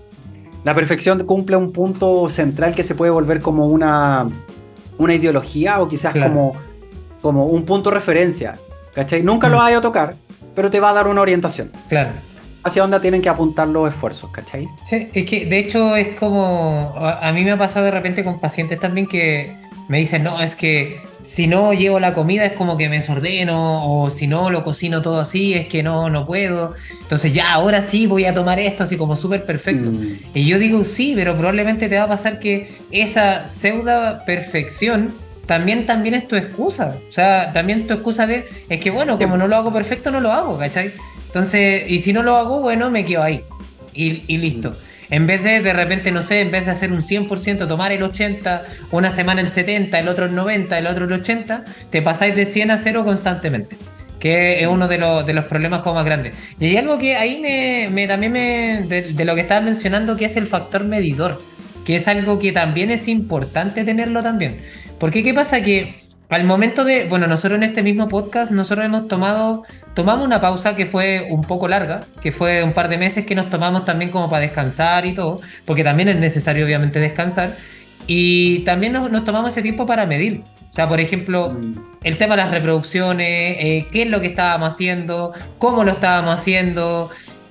la perfección cumple un punto central que se puede volver como una, una ideología o quizás claro. como, como un punto de referencia, ¿cachai? Nunca mm. lo vas a tocar, pero te va a dar una orientación. Claro. Hacia dónde tienen que apuntar los esfuerzos, ¿cachai? Sí, es que de hecho es como, a, a mí me ha pasado de repente con pacientes también que me dicen, no, es que si no llevo la comida es como que me desordeno, o si no lo cocino todo así es que no, no puedo, entonces ya, ahora sí voy a tomar esto así como súper perfecto. Mm. Y yo digo, sí, pero probablemente te va a pasar que esa pseudo perfección también, también es tu excusa, o sea, también tu excusa de, es que bueno, como no lo hago perfecto, no lo hago, ¿cachai? Entonces, y si no lo hago, bueno, me quedo ahí y, y listo. Mm. En vez de, de repente, no sé, en vez de hacer un cien por ciento, tomar el ochenta, una semana el setenta, el otro el noventa, el otro el ochenta, te pasáis de cien a cero constantemente, que es uno de los, de los problemas como más grandes. Y hay algo que ahí me, me también me, de, de lo que estabas mencionando, que es el factor medidor, que es algo que también es importante tenerlo también. Porque ¿qué pasa? Que al momento de, bueno, nosotros en este mismo podcast, nosotros hemos tomado, tomamos una pausa que fue un poco larga, que fue un par de meses que nos tomamos también como para descansar y todo, porque también es necesario obviamente descansar, y también nos, nos tomamos ese tiempo para medir. O sea, por ejemplo, mm. el tema de las reproducciones, eh, qué es lo que estábamos haciendo, cómo lo estábamos haciendo.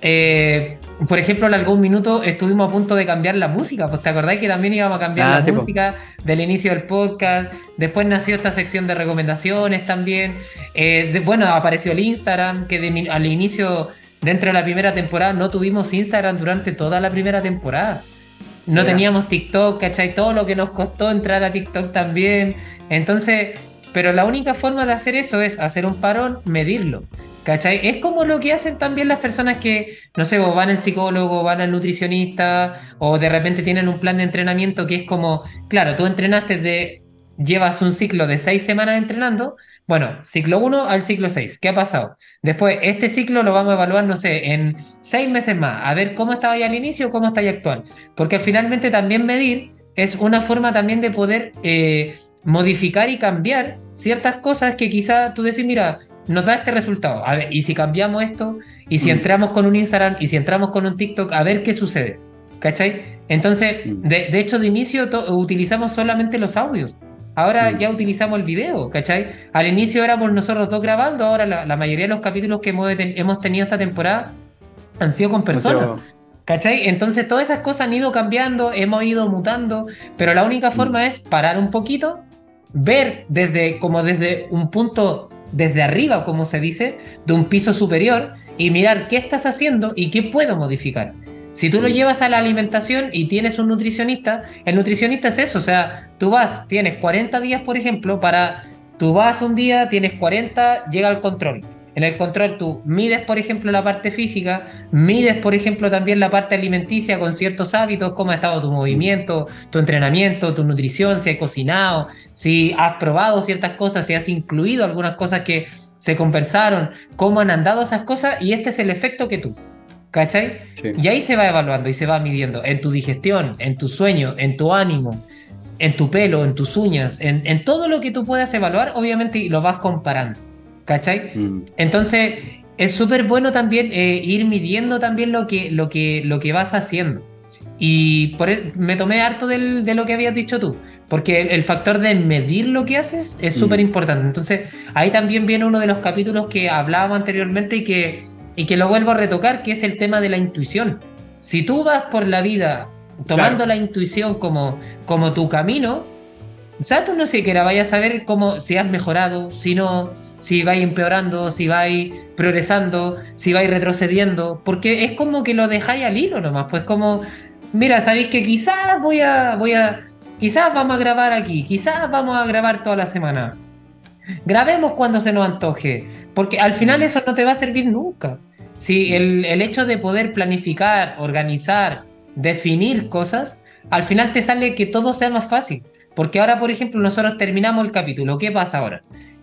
Eh, por ejemplo, en algún minuto estuvimos a punto de cambiar la música, pues te acordás que también íbamos a cambiar ah, la sí, música po. Del inicio del podcast. Después nació esta sección de recomendaciones también. Eh, de, bueno, apareció el Instagram, que de, al inicio, dentro de la primera temporada, no tuvimos Instagram durante toda la primera temporada. No yeah. teníamos TikTok, ¿cachai? Todo lo que nos costó entrar a TikTok también. Entonces, pero la única forma de hacer eso es hacer un parón, medirlo. ¿Cachai? Es como lo que hacen también las personas que, no sé, van al psicólogo, van al nutricionista, o de repente tienen un plan de entrenamiento que es como, claro, tú entrenaste de, llevas un ciclo de seis semanas entrenando, bueno, ciclo uno al ciclo seis, ¿qué ha pasado? Después, este ciclo lo vamos a evaluar, no sé, en seis meses más, a ver cómo estaba ya al inicio, cómo está ya actual, porque finalmente también medir es una forma también de poder eh, modificar y cambiar ciertas cosas que quizá tú decís, mira, nos da este resultado, a ver, y si cambiamos esto, y si mm. entramos con un Instagram, y si entramos con un TikTok, a ver qué sucede, ¿cachai? Entonces, mm. de, de hecho, de inicio to- utilizamos solamente los audios, ahora mm. ya utilizamos el video, ¿cachai? Al inicio éramos nosotros dos grabando, ahora la, la mayoría de los capítulos que hemos, ten- hemos tenido esta temporada han sido con personas, o sea, ¿cachai? Entonces todas esas cosas han ido cambiando, hemos ido mutando, pero la única forma mm. es parar un poquito, ver desde, como desde un punto... desde arriba, como se dice, de un piso superior y mirar qué estás haciendo y qué puedo modificar. Si tú lo llevas a la alimentación y tienes un nutricionista, el nutricionista es eso, o sea, tú vas, tienes cuarenta días, por ejemplo, para, tú vas un día, tienes cuarenta, llega al control. En el control tú mides, por ejemplo, la parte física, mides, por ejemplo, también la parte alimenticia con ciertos hábitos, cómo ha estado tu movimiento, tu entrenamiento, tu nutrición, si has cocinado, si has probado ciertas cosas, si has incluido algunas cosas que se conversaron, cómo han andado esas cosas, y este es el efecto que tú, ¿cachai? Sí. Y ahí se va evaluando y se va midiendo en tu digestión, en tu sueño, en tu ánimo, en tu pelo, en tus uñas, en, en todo lo que tú puedas evaluar, obviamente lo vas comparando. ¿Cachai? Mm. Entonces es súper bueno también eh, ir midiendo también lo que, lo que, lo que vas haciendo. Y por el, me tomé harto del, de lo que habías dicho tú, porque el, el factor de medir lo que haces es súper mm. importante. Entonces ahí también viene uno de los capítulos que hablábamos anteriormente y que, y que lo vuelvo a retocar, que es el tema de la intuición. Si tú vas por la vida tomando claro. la intuición como, como tu camino, o sea, tú no siquiera vayas a saber cómo, si has mejorado, si no... si vais empeorando, si vais progresando, si vais retrocediendo, porque es como que lo dejáis al hilo nomás, pues como, mira, sabéis que quizás voy a, voy a, quizás vamos a grabar aquí, quizás vamos a grabar toda la semana, grabemos cuando se nos antoje, porque al final eso no te va a servir nunca. Si el, el hecho de poder planificar, organizar, definir cosas, al final te sale que todo sea más fácil, porque ahora, por ejemplo, nosotros terminamos el capítulo, ¿qué pasa ahora?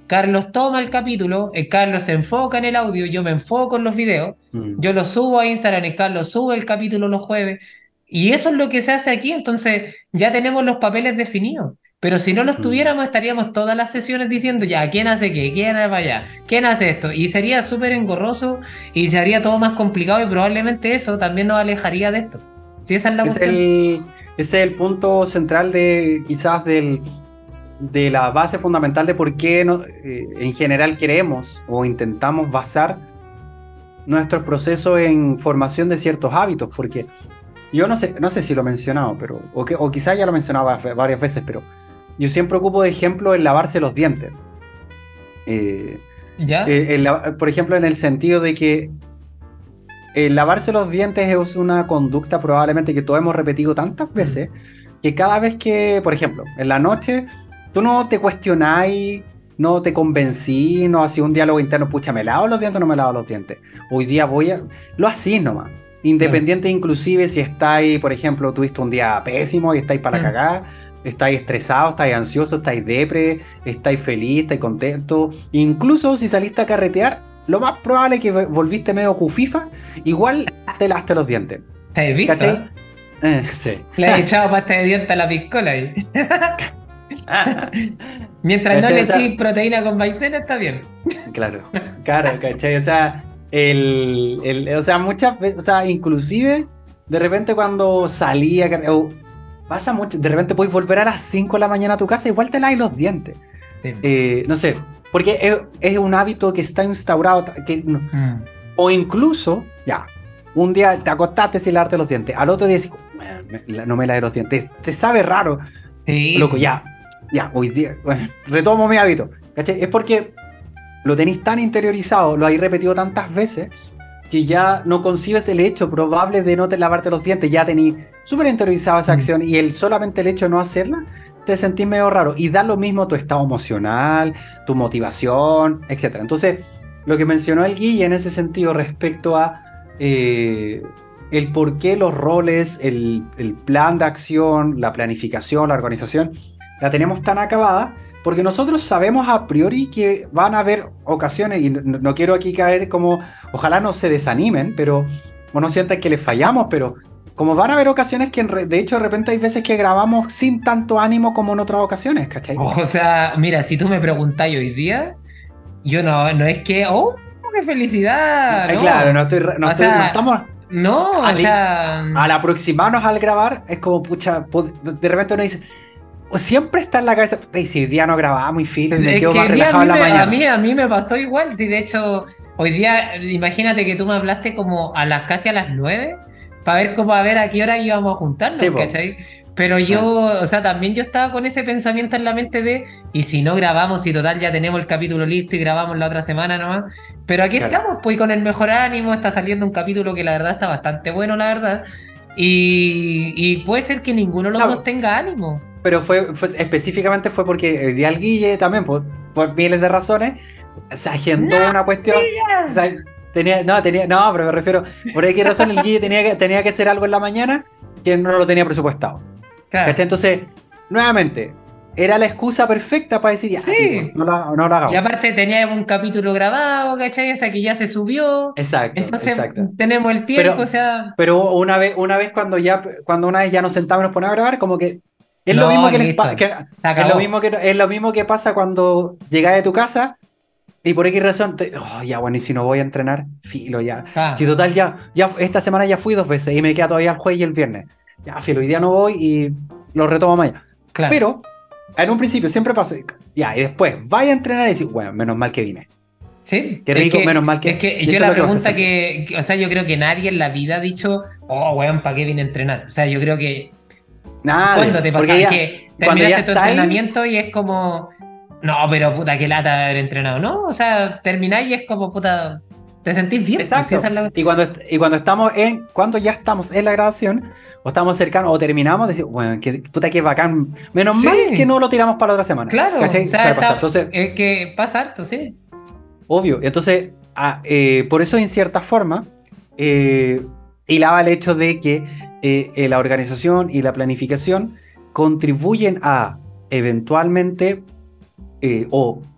Carlos toma el capítulo, el Carlos se enfoca en el audio, yo me enfoco en los videos, Mm. yo lo subo a Instagram, el Carlos sube el capítulo los jueves, y eso es lo que se hace aquí, entonces ya tenemos los papeles definidos. Pero si no los Mm. tuviéramos, estaríamos todas las sesiones diciendo ya, ¿quién hace qué? ¿Quién va allá? ¿Quién hace esto? Y sería súper engorroso y se haría todo más complicado y probablemente eso también nos alejaría de esto. Si esa es la Es cuestión. el, ese es el punto central de quizás del, de la base fundamental de por qué no, eh, en general queremos o intentamos basar nuestro proceso en formación de ciertos hábitos, porque yo no sé, no sé si lo he mencionado, pero, o, que, o quizás ya lo he mencionado va- varias veces, pero yo siempre ocupo de ejemplo el lavarse los dientes. Eh, ¿Ya? eh, el la- por ejemplo, en el sentido de que el lavarse los dientes es una conducta probablemente que todos hemos repetido tantas veces que cada vez que, por ejemplo, en la noche, tú no te cuestionáis, no te convencí, no hacía un diálogo interno, pucha, ¿me lavo los dientes o no me lavo los dientes? Hoy día voy a... Lo así nomás. Independiente inclusive si estáis, por ejemplo, tuviste un día pésimo y estáis para la Mm. cagada, estáis estresados, estáis ansiosos, estáis depre, estáis feliz, estáis contentos. Incluso si saliste a carretear, lo más probable es que volviste medio cufifa, igual te lavaste los dientes. ¿Te has visto? ¿Cachai? eh? Eh, sí. Le he echado pasta de diente a la piscola ahí. Mientras no ¿Cachai? le O sea, eches proteína con maicena, está bien. Claro, claro, ¿cachai? O sea, el, el- o sea, muchas veces, o sea, inclusive, de repente cuando salía, o pasa mucho, de repente puedes volver a las cinco de la mañana a tu casa, igual te lavas los dientes. Sí. Eh, no sé, porque es, es un hábito que está instaurado, que, no- Mm. o incluso, ya, un día te acostaste sin lavarte los dientes, al otro día dices, "Bueno, me- no me lavé los dientes, se sabe raro, Sí. loco, ya, ya, hoy día, bueno, retomo mi hábito, ¿cachai? Es porque lo tenéis tan interiorizado, lo habéis repetido tantas veces, que ya no concibes el hecho probable de no te lavarte los dientes, ya tenéis súper interiorizado esa Mm. acción y el solamente el hecho de no hacerla, te sentís medio raro. Y da lo mismo tu estado emocional, tu motivación, etcétera. Entonces, lo que mencionó el Guille en ese sentido respecto a eh, el por qué los roles, el, el plan de acción, la planificación, la organización, la tenemos tan acabada, porque nosotros sabemos a priori que van a haber ocasiones, y no, no quiero aquí caer como, ojalá no se desanimen, pero, o no sientan que les fallamos, pero como van a haber ocasiones que en re- de hecho de repente hay veces que grabamos sin tanto ánimo como en otras ocasiones, ¿cachai? O sea, mira, si tú me preguntáis hoy día, yo no, no es que, oh, qué felicidad, Eh, no. Claro, no, estoy, re- no, O estoy- sea, no estamos No, o al, sea, al aproximarnos al grabar, es como, pucha, pod- de repente uno dice, o siempre está en la cabeza, "Ey, si hoy día no grabamos y filo, y me es quedo que más el día a relajado mí, en la me, a, mañana". mí, a mí me pasó igual, si de hecho hoy día, imagínate que tú me hablaste como a las casi a las nueve para ver cómo a ver a qué hora íbamos a juntarnos, Sí, po. ¿cachai? Pero yo, o sea, también yo estaba con ese pensamiento en la mente de, y si no grabamos, y total ya tenemos el capítulo listo y grabamos la otra semana nomás, pero aquí Claro. estamos, pues y con el mejor ánimo, está saliendo un capítulo que la verdad está bastante bueno, la verdad, y, y puede ser que ninguno de los No, dos tenga ánimo. Pero fue, fue- específicamente fue porque el día al Guille también, por, por miles de razones, se agendó una cuestión. O sea, tenía, no, tenía, no, pero me refiero, por qué razón el Guille tenía que, tenía que hacer algo en la mañana que no lo tenía presupuestado. Claro. ¿Cachai? Entonces, nuevamente, era la excusa perfecta para decir, ya, Sí. tipo, no, lo, no lo hagamos. Y aparte teníamos un capítulo grabado, ¿cachai? O sea, que ya se subió. Exacto, Entonces exacto. tenemos el tiempo, Pero- o sea. Pero una vez, una vez cuando ya, cuando una vez ya nos sentamos y nos ponemos a grabar, como que es lo No, mismo que, les listo. pa- que- Se es acabó. lo mismo que es lo mismo que pasa cuando llegas de tu casa y por X razón te, oh, ya bueno, y si no voy a entrenar, filo ya. Claro. Si total ya, ya esta semana ya fui dos veces y me queda todavía el jueves y el viernes. Ya, filo, hoy día no voy y lo retomo mañana. Claro. Pero en un principio siempre pasa, ya, y después vaya a entrenar y decir, bueno, menos mal que vine. Sí, Qué es rico, que- menos mal que- Es que y yo eso la es lo que vas a pregunta hacer. que, que- o sea, yo creo que nadie en la vida ha dicho, oh, weón, ¿para qué vine a entrenar? O sea, yo creo que Nada, cuando te pasa porque ya- que cuando ya terminaste tu está ahí- entrenamiento y es como, no, pero puta, qué lata haber entrenado, ¿no? O sea, termináis y es como, puta, te sentís bien. pues, Exacto. esa es la- Y cuando, est- y cuando estamos en, cuando ya estamos en la grabación, o estamos cercanos, o terminamos, decimos, bueno, que, puta que bacán. Menos Sí. mal que no lo tiramos para la otra semana. Claro, ¿Cachai? o sea, Suele pasar. está- Entonces, es que pasa harto, sí. obvio. Entonces, ah, eh, por eso, en cierta forma, eh, hilaba el hecho de que eh, eh, la organización y la planificación contribuyen a eventualmente eh, o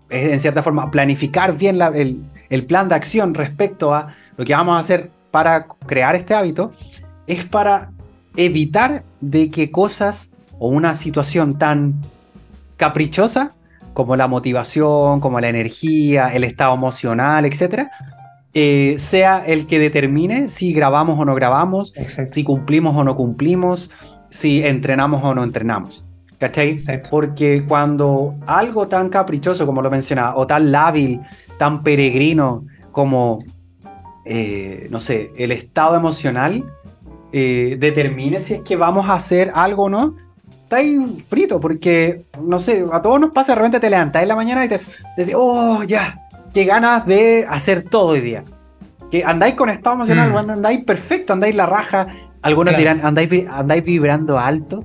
es en cierta forma planificar bien la, el, el plan de acción respecto a lo que vamos a hacer para crear este hábito, es para evitar de que cosas o una situación tan caprichosa como la motivación, como la energía, el estado emocional, etcétera, eh, sea el que determine si grabamos o no grabamos, Exacto. si cumplimos o no cumplimos, si entrenamos o no entrenamos. ¿Cachai? Exacto. Porque cuando algo tan caprichoso como lo mencionaba, o tan lábil, tan peregrino como, eh, no sé, el estado emocional, eh, determine si es que vamos a hacer algo o no, está ahí frito, porque, no sé, a todos nos pasa, de repente te levantás en la mañana y te decís, oh, ya, qué ganas de hacer todo hoy día. Que andáis con estado emocional, Mm. bueno, andáis perfecto, andáis la raja. Algunos Claro. dirán, andáis, vi- andáis vibrando alto,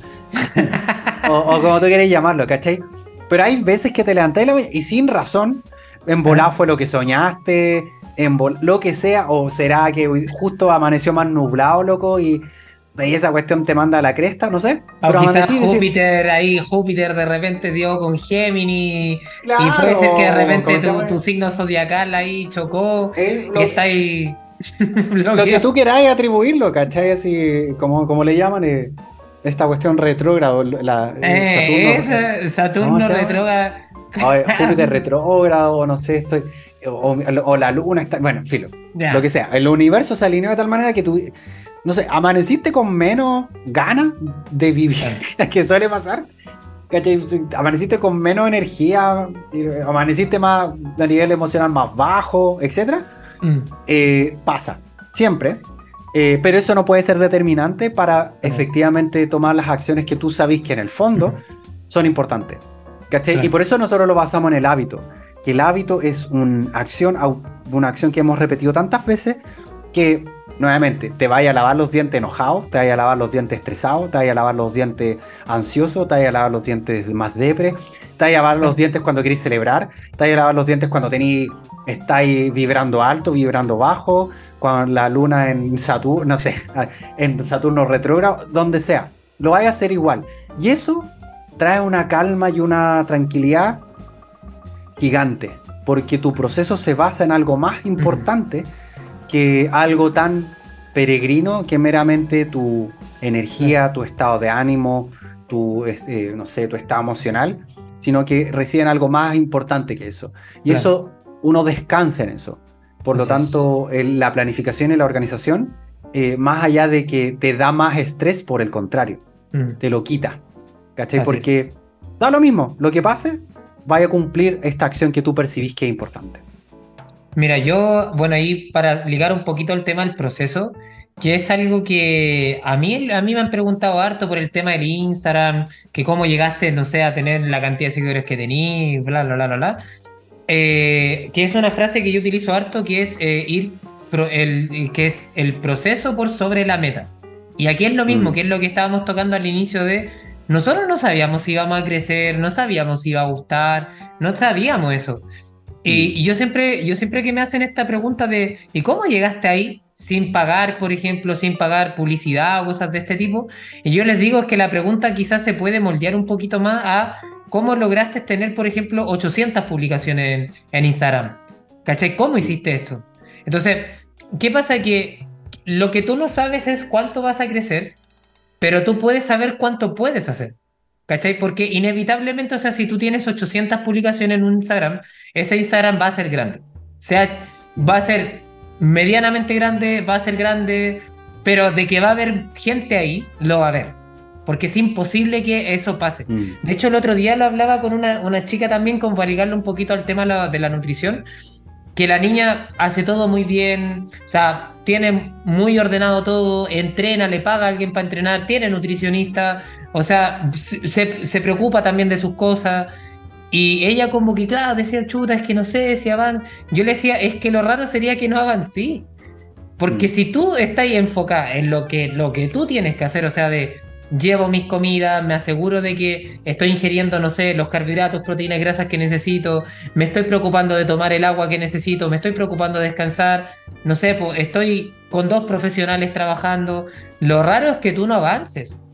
o, o como tú quieres llamarlo, ¿cachai? Pero hay veces que te levantáis la mañana y sin razón, en volado Ah. fue lo que soñaste, en vol- lo que sea, o será que justo amaneció más nublado, loco, y, y esa cuestión te manda a la cresta, no sé. O Pero quizás amanecí y decís, Júpiter ahí, Júpiter de repente dio con Géminis y puede ser que de claro, repente ¿cómo se tu, llama? tu signo zodiacal ahí chocó Es y lo, está ahí lo que bloqueado. tú queráis atribuirlo, ¿cachai? Así como, como le llaman, eh, esta cuestión retrógrado, la, eh, Saturno, Eh, eh, esa, ¿cómo Saturno se llama? retrógrado. O, eh, Júpiter retrógrado, o no sé, estoy, o, o la luna está, bueno, filo, lo que Ya. sea. El universo se alineó de tal manera que tú, no sé, amaneciste con menos ganas de vivir, Claro. que suele pasar. ¿Cachai? Amaneciste con menos energía, eh, amaneciste más a nivel emocional más bajo, etcétera. Mm. Eh, pasa, siempre. Eh, pero eso no puede ser determinante para efectivamente tomar las acciones que tú sabes que en el fondo son importantes. ¿Cachai? Claro. Y por eso nosotros lo basamos en el hábito. Que el hábito es una acción, una acción que hemos repetido tantas veces que, nuevamente, te vaya a lavar los dientes enojado, te vaya a lavar los dientes estresado, te vaya a lavar los dientes ansioso, te vaya a lavar los dientes más depre, te vaya a lavar los dientes cuando queréis celebrar, te vaya a lavar los dientes cuando tenéis, estáis vibrando alto, vibrando bajo, con la luna en Saturno, no sé, en Saturno retrógrado, donde sea, lo vais a hacer igual. Y eso trae una calma y una tranquilidad gigante, porque tu proceso se basa en algo más importante que algo tan peregrino que meramente tu energía, tu estado de ánimo, tu, este, no sé, tu estado emocional, sino que reside en algo más importante que eso. Y Claro. eso, uno descansa en eso. Por lo Así es. tanto, el- la planificación y la organización, eh, más allá de que te da más estrés, por el contrario, Mm. te lo quita. ¿Cachai? Así Porque da lo mismo, lo que pase, vaya a cumplir esta acción que tú percibís que es importante. Mira, yo, bueno, ahí para ligar un poquito el tema del proceso, que es algo que a mí, a mí me han preguntado harto por el tema del Instagram, que cómo llegaste, no sé, a tener la cantidad de seguidores que tenís, bla, bla, bla, bla, bla. Eh, que es una frase que yo utilizo harto, que es eh, ir, pro- el, que es el proceso por sobre la meta. Y aquí es lo mismo, Mm. que es lo que estábamos tocando al inicio de, nosotros no sabíamos si íbamos a crecer, no sabíamos si iba a gustar, no sabíamos eso. Y, y yo siempre, yo siempre que me hacen esta pregunta de ¿y cómo llegaste ahí sin pagar, por ejemplo, sin pagar publicidad o cosas de este tipo? Y yo les digo es que la pregunta quizás se puede moldear un poquito más a ¿cómo lograste tener, por ejemplo, ochocientas publicaciones en, en Instagram? ¿Cachai? ¿Cómo hiciste esto? Entonces, ¿qué pasa? Que lo que tú no sabes es cuánto vas a crecer, pero tú puedes saber cuánto puedes hacer. ¿Cachai? Porque inevitablemente, o sea, si tú tienes ochocientas publicaciones en un Instagram, ese Instagram va a ser grande. O sea, va a ser medianamente grande, va a ser grande, pero de que va a haber gente ahí, lo va a haber. Porque es imposible que eso pase. Mm. De hecho, el otro día lo hablaba con una, una chica también, como para ligarle un poquito al tema de la, de la nutrición, que la niña hace todo muy bien, o sea, tiene muy ordenado todo, entrena, le paga a alguien para entrenar, tiene nutricionista, o sea, se, se preocupa también de sus cosas. Y ella como que, claro, decía, chuta, es que no sé si avanza. Yo le decía, es que lo raro sería que no avancé. Porque Mm. si tú estás enfocada en lo que, lo que tú tienes que hacer, o sea, de llevo mis comidas, me aseguro de que estoy ingiriendo, no sé, los carbohidratos, proteínas, grasas que necesito, me estoy preocupando de tomar el agua que necesito, me estoy preocupando de descansar, no sé, pues estoy con dos profesionales trabajando. Lo raro es que tú no avances.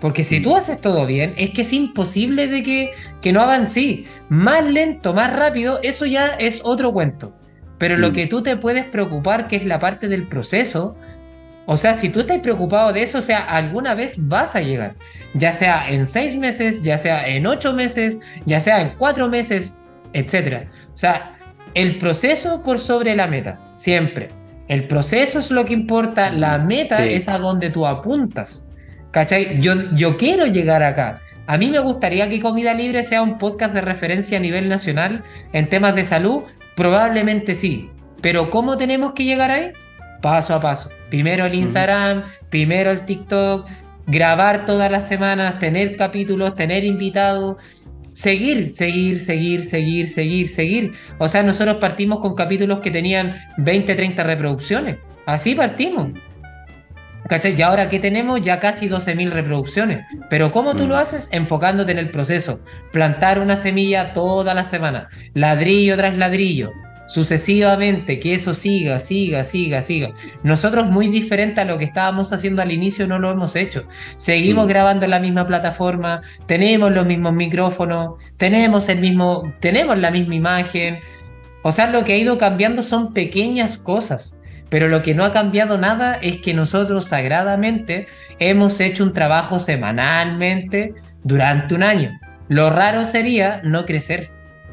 Porque si tú haces todo bien, es que es imposible de que, que no avancé. Más lento, más rápido, eso ya es otro cuento. Pero lo Mm. que tú te puedes preocupar, que es la parte del proceso, o sea, si tú estás preocupado de eso, o sea, alguna vez vas a llegar. Ya sea en seis meses, ya sea en ocho meses, ya sea en cuatro meses, etcétera. O sea, el proceso por sobre la meta, siempre. El proceso es lo que importa, la meta Sí. es a donde tú apuntas. ¿Cachai? Yo, yo quiero llegar acá. A mí me gustaría que Comida Libre sea un podcast de referencia a nivel nacional en temas de salud. Probablemente sí. Pero ¿cómo tenemos que llegar ahí? Paso a paso. Primero el Instagram, uh-huh. primero el TikTok, grabar todas las semanas, tener capítulos, tener invitados, seguir, seguir, seguir, seguir, seguir, seguir. O sea, nosotros partimos con capítulos que tenían veinte, treinta reproducciones. Así partimos. ¿Cachai? Y ahora que tenemos ya casi doce mil reproducciones. Pero ¿cómo tú mm. lo haces? Enfocándote en el proceso. Plantar una semilla toda la semana. Ladrillo tras ladrillo. Sucesivamente, que eso siga, siga, siga, siga. Nosotros, muy diferente a lo que estábamos haciendo al inicio, no lo hemos hecho. Seguimos mm. grabando en la misma plataforma, tenemos los mismos micrófonos, tenemos el mismo, tenemos la misma imagen. O sea, lo que ha ido cambiando son pequeñas cosas, pero lo que no ha cambiado nada es que nosotros sagradamente hemos hecho un trabajo semanalmente durante un año. Lo raro sería no crecer.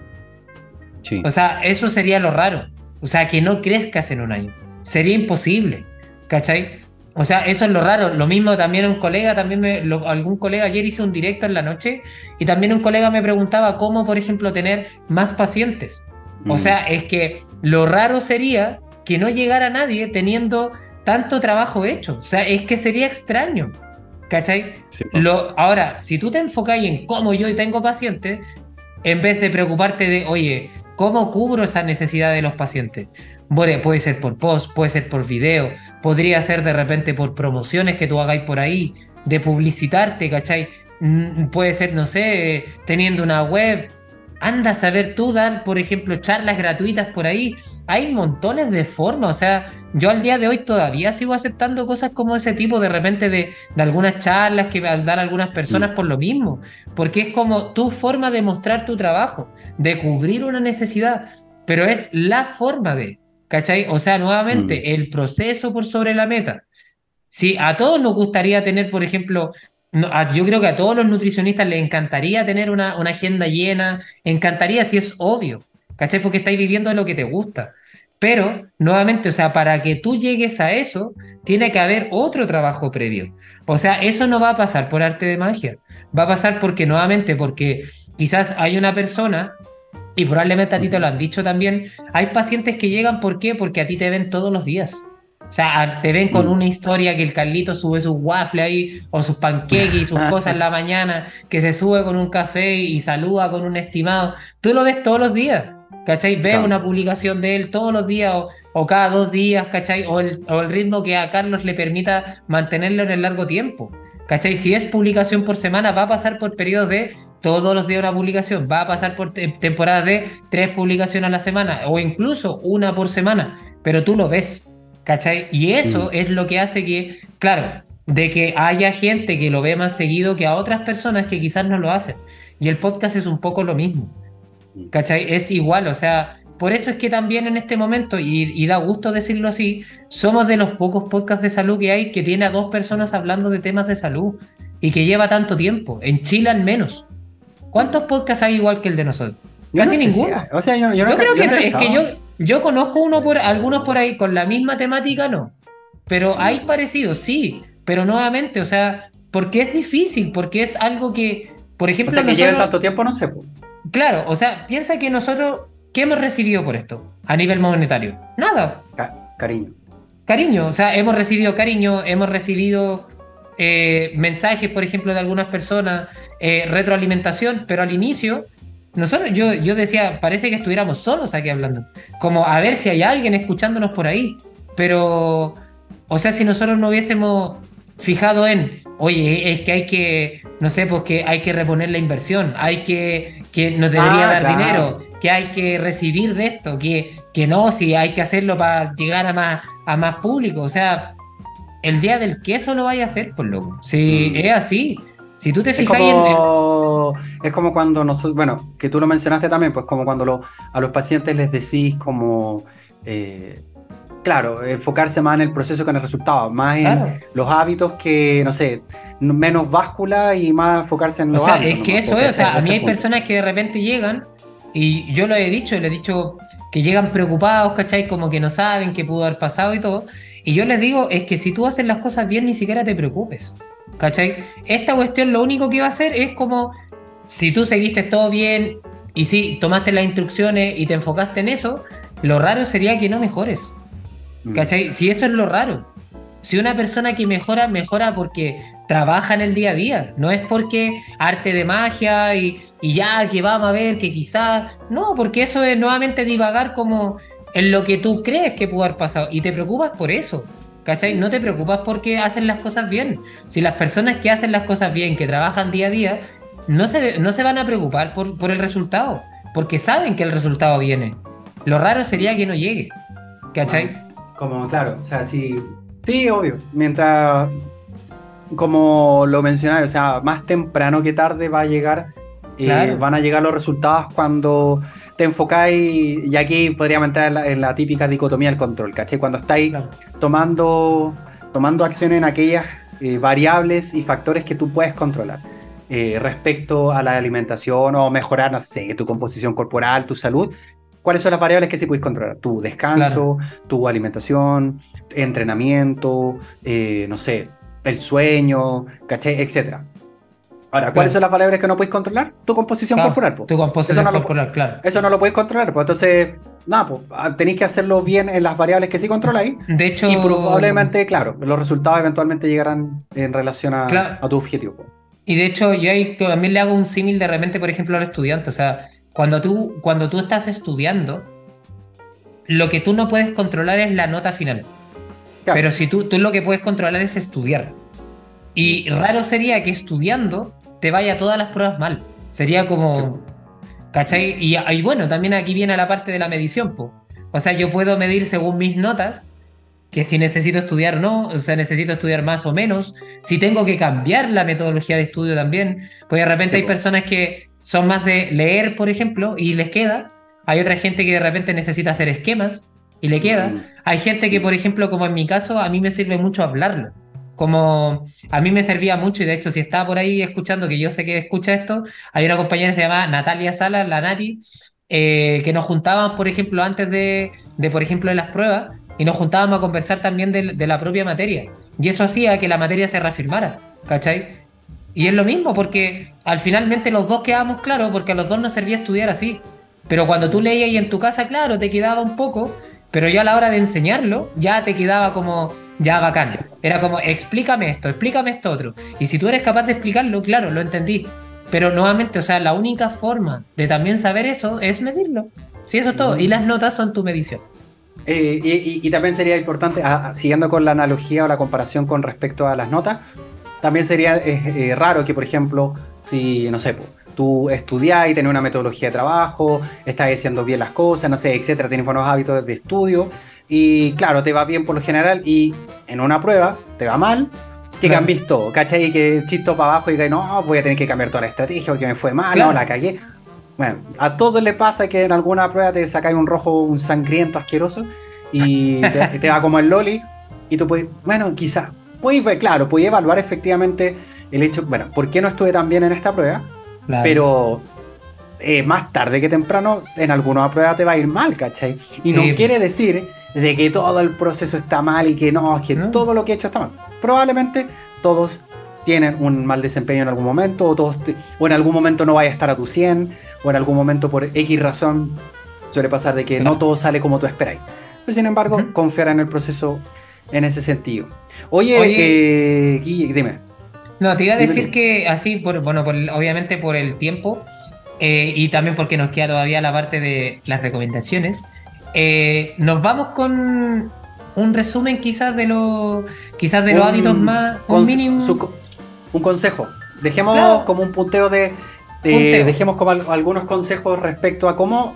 Sí. O sea, eso sería lo raro. O sea, que no crezcas en un año. Sería imposible, ¿cachai? O sea, eso es lo raro. Lo mismo también un colega, también me, lo, algún colega, ayer hice un directo en la noche y también un colega me preguntaba cómo, por ejemplo, tener más pacientes. Mm. O sea, es que lo raro sería que no llegara nadie teniendo tanto trabajo hecho. O sea, es que sería extraño, ¿cachai? Sí, lo, ahora, si tú te enfocas en cómo yo tengo pacientes, en vez de preocuparte de, oye, ¿cómo cubro esa necesidad de los pacientes? Bueno, puede ser por post, puede ser por video, podría ser de repente por promociones que tú hagáis por ahí, de publicitarte, ¿cachai? Mm, puede ser, no sé, teniendo una web. Anda a saber tú dar, por ejemplo, charlas gratuitas por ahí. Hay montones de formas, o sea, yo al día de hoy todavía sigo aceptando cosas como ese tipo, de repente de, de algunas charlas que dan algunas personas mm. por lo mismo, porque es como tu forma de mostrar tu trabajo, de cubrir una necesidad, pero es la forma de, ¿cachai? O sea, nuevamente, mm. el proceso por sobre la meta. Sí, a todos nos gustaría tener, por ejemplo, no, a, yo creo que a todos los nutricionistas les encantaría tener una, una agenda llena, encantaría si es obvio, ¿cachai? Porque estáis viviendo de lo que te gusta. Pero, nuevamente, o sea, para que tú llegues a eso, tiene que haber otro trabajo previo. O sea, eso no va a pasar por arte de magia. Va a pasar porque, nuevamente, porque quizás hay una persona, y probablemente a ti te lo han dicho también, hay pacientes que llegan, ¿por qué? Porque a ti te ven todos los días. O sea, te ven con una historia que el Carlito sube sus waffles ahí, o sus panqueques y sus cosas en la mañana, que se sube con un café y saluda con un estimado. Tú lo ves todos los días, ¿cachai? Ves claro. una publicación de él todos los días o, o cada dos días, ¿cachai? O el, o el ritmo que a Carlos le permita mantenerlo en el largo tiempo, ¿cachai? Si es publicación por semana, va a pasar por periodos de todos los días una publicación, va a pasar por te- temporadas de tres publicaciones a la semana, o incluso una por semana, pero tú lo ves, ¿cachai? Y eso mm. es lo que hace que, claro, de que haya gente que lo ve más seguido que a otras personas que quizás no lo hacen. Y el podcast es un poco lo mismo, ¿cachai? Es igual, o sea, por eso es que también en este momento, y, y da gusto decirlo así, somos de los pocos podcasts de salud que hay que tiene a dos personas hablando de temas de salud y que lleva tanto tiempo, en Chile al menos. ¿Cuántos podcasts hay igual que el de nosotros? Yo Casi no sé ninguno. Si o sea, yo, yo, yo no, creo yo que no no, es que yo, yo conozco uno por algunos por ahí con la misma temática, no. Pero hay parecidos, sí. Pero nuevamente, o sea, porque es difícil, porque es algo que, por ejemplo, o sea, que nosotros, lleve tanto tiempo, no sé. Po. Claro, o sea, piensa que nosotros, ¿qué hemos recibido por esto a nivel monetario? Nada. Ca- cariño. Cariño, o sea, hemos recibido cariño, hemos recibido eh, mensajes, por ejemplo, de algunas personas, eh, retroalimentación, pero al inicio, nosotros, yo, yo decía, parece que estuviéramos solos aquí hablando, como a ver si hay alguien escuchándonos por ahí, pero, o sea, si nosotros no hubiésemos fijado en, oye, es que hay que, no sé, pues que hay que reponer la inversión, hay que, que nos debería ah, dar claro. dinero, que hay que recibir de esto, que, que no, si hay que hacerlo para llegar a más, a más público, o sea, el día del queso lo vaya a hacer, por loco, si mm. es así, Si tú te Es fijas en, en- como, es como cuando nosotros, bueno, que tú lo mencionaste también, pues como cuando lo- a los pacientes les decís como, eh, claro, enfocarse más en el proceso que en el resultado, más en Claro. los hábitos que, no sé, n- menos báscula y más enfocarse en O los sea, hábitos es que nomás, eso porque es, o ese, sea, ese a es mí el hay punto. personas que de repente llegan y yo lo he dicho, le he dicho que llegan preocupados, ¿cachai? Como que no saben qué pudo haber pasado y todo. Y yo les digo, es que si tú haces las cosas bien, ni siquiera te preocupes, ¿cachai? Esta cuestión lo único que va a hacer es como, si tú seguiste todo bien y si tomaste las instrucciones y te enfocaste en eso, lo raro sería que no mejores, Mm. ¿cachai? Si eso es lo raro. Si una persona que mejora, mejora porque trabaja en el día a día, no es porque arte de magia y, y ya que vamos a ver que quizás, no, porque eso es nuevamente divagar como en lo que tú crees que pudo haber pasado y te preocupas por eso, ¿cachai? No te preocupas porque hacen las cosas bien. Si las personas que hacen las cosas bien, que trabajan día a día, no se, no se van a preocupar por, por el resultado, porque saben que el resultado viene. Lo raro sería que no llegue, Ah, ¿cachai? como, claro, o sea, sí, sí, obvio, mientras, como lo mencionaba, o sea, más temprano que tarde va a llegar, eh, Claro, van a llegar los resultados cuando te enfocáis, y aquí podríamos entrar en la, en la típica dicotomía del control, ¿cachai? Cuando estáis claro, tomando, tomando acción en aquellas eh, variables y factores que tú puedes controlar. Eh, respecto a la alimentación o mejorar, no sé, tu composición corporal, tu salud, ¿cuáles son las variables que sí puedes controlar? Tu claro. descanso, tu alimentación, entrenamiento, eh, no sé, el sueño, ¿cachai? Etcétera. Ahora, ¿cuáles son Claro. las variables que no podéis controlar? Tu composición Claro, corporal, pues. tu Eso composición no lo, corporal, claro. eso no lo podéis controlar, pues. Entonces, nada, pues ah, tenéis que hacerlo bien en las variables que sí controláis De y hecho, probablemente, claro, los resultados eventualmente llegarán en relación a, claro, a tu objetivo, pues. y de hecho yo ahí también le hago un símil de repente, por ejemplo, al estudiante. O sea, cuando tú, cuando tú estás estudiando, lo que tú no puedes controlar es la nota final. Claro. Pero si tú, tú lo que puedes controlar es estudiar. Mm, Y raro sería que estudiando te vaya todas las pruebas mal. Sería sí, como, pues. Mm, ¿cachai? Y, y bueno, también aquí viene la parte de la medición, po. O sea, yo puedo medir según mis notas que si necesito estudiar o no, o sea, necesito estudiar más o menos, si tengo que cambiar la metodología de estudio también, pues de repente sí, hay pues. personas que son más de leer, por ejemplo, y les queda, hay otra gente que de repente necesita hacer esquemas y le queda, Mm, hay gente que, mm, por ejemplo, como en mi caso, a mí me sirve mucho hablarlo. Como a mí me servía mucho, y de hecho, si estaba por ahí escuchando, que yo sé que escucha esto, hay una compañera que se llama Natalia Salas, la Nati, eh, que nos juntaban, por ejemplo, antes de, de, por ejemplo, de las pruebas, y nos juntábamos a conversar también de, de la propia materia. Y eso hacía que la materia se reafirmara, ¿cachai? Y es lo mismo, porque al finalmente los dos quedábamos claros, porque a los dos nos servía estudiar así. Pero cuando tú mm. leías y en tu casa, claro, te quedaba un poco, pero ya a la hora de enseñarlo, ya te quedaba como, ya Sí, bacán. Era como, explícame esto, explícame esto otro. Y si tú eres capaz de explicarlo, claro, lo entendí. Pero nuevamente, o sea, la única forma de también saber eso es medirlo. Sí, eso es todo. Y mm. las notas son tu medición. Eh, y, y- y también sería importante, ah, ah, siguiendo con la analogía o la comparación con respecto a las notas, también sería eh, eh, raro que, por ejemplo, si, no sé, po, tú estudiás y tenés una metodología de trabajo, estás haciendo bien las cosas, no sé, etcétera, tienes buenos hábitos de estudio y, claro, te va bien por lo general y en una prueba te va mal, que Claro, cambies todo, ¿cachai? Y que chisto para abajo y que no, voy a tener que cambiar toda la estrategia porque me fue mal, no, la claro. cagué. Bueno, a todos les pasa que en alguna prueba te sacáis un rojo, un sangriento asqueroso y te, te va como el loli y tú puedes, bueno, quizás, puedes ver, claro, puedes evaluar efectivamente el hecho, bueno, ¿por qué no estuve tan bien en esta prueba? Claro. Pero eh, más tarde que temprano en alguna prueba te va a ir mal, ¿cachai? Y Sí, no quiere decir de que todo el proceso está mal y que no, es que ¿no? todo lo que he hecho está mal. Probablemente todos tienen un mal desempeño en algún momento, o, todos te- o en algún momento no vaya a estar a tu cien, o en algún momento por X razón suele pasar de que no Claro. todo sale como tú esperáis. Pero sin embargo, Ujú. confiar en el proceso en ese sentido. Oye, Oye, eh, Guille, dime, no, te iba a dime decir tú. que así, por, bueno, por el- obviamente por el tiempo, eh, y también porque nos queda todavía la parte de las recomendaciones, eh, nos vamos con un resumen quizás de los, quizás de los hábitos Un, más, un conse- su- mínimo, un consejo. Dejemos claro, como un punteo de, de- punteo. dejemos como al- algunos consejos respecto a cómo,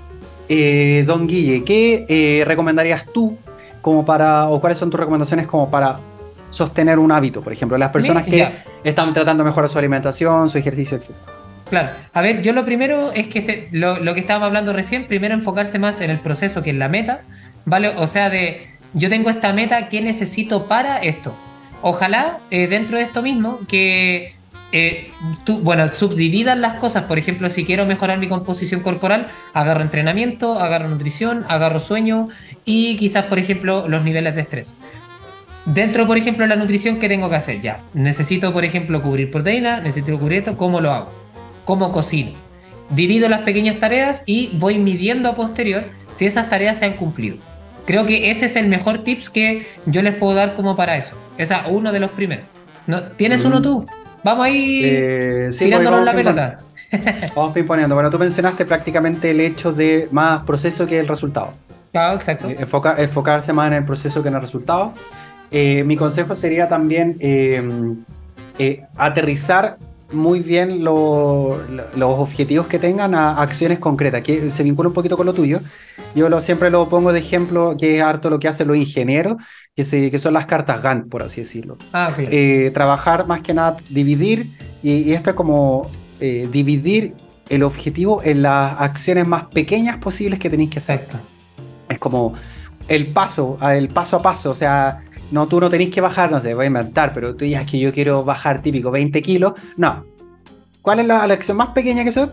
eh, don Guille, ¿qué eh, recomendarías tú como para, o cuáles son tus recomendaciones como para sostener un hábito, por ejemplo, las personas que Ya. están tratando de mejorar su alimentación, su ejercicio, etcétera. Claro, a ver, yo lo primero es que se- lo, lo que estábamos hablando recién, primero enfocarse más en el proceso que en la meta, ¿vale? O sea, de yo tengo esta meta, ¿qué necesito para esto? Ojalá eh, dentro de esto mismo que eh, tú, bueno, subdividan las cosas, por ejemplo, si quiero mejorar mi composición corporal, agarro entrenamiento, agarro nutrición, agarro sueño y quizás, por ejemplo, los niveles de estrés. Dentro, por ejemplo, de la nutrición, ¿qué tengo que hacer? Ya, necesito, por ejemplo, cubrir proteína, necesito cubrir esto, ¿cómo lo hago? ¿Cómo cocino? Divido las pequeñas tareas y voy midiendo a posterior si esas tareas se han cumplido. Creo que ese es el mejor tips que yo les puedo dar como para eso. Ese es uno de los primeros. ¿No? ¿Tienes Mm. uno tú? Vamos ahí Eh, sí, tirándonos pues, la vamos pelota. Vamos poniendo. Bueno, tú mencionaste prácticamente el hecho de más proceso que el resultado. Claro, exacto. Eh, enfoca- enfocarse más en el proceso que en el resultado. Eh, mi consejo sería también eh, eh, aterrizar muy bien lo- lo- los objetivos que tengan a acciones concretas, que se vincula un poquito con lo tuyo. Yo lo, siempre lo pongo de ejemplo, que es harto lo que hacen los ingenieros, que, se, que son las cartas Gantt, por así decirlo. Ah, claro. Eh, trabajar más que nada, dividir, y, y esto es como eh, dividir el objetivo en las acciones más pequeñas posibles que tenéis que hacer. Exacto. Es como el paso, el paso a paso, o sea, no, tú no tenés que bajar, no sé, voy a inventar, pero tú ya es que yo quiero bajar típico veinte kilos, no. ¿Cuál es la, la acción más pequeña que eso?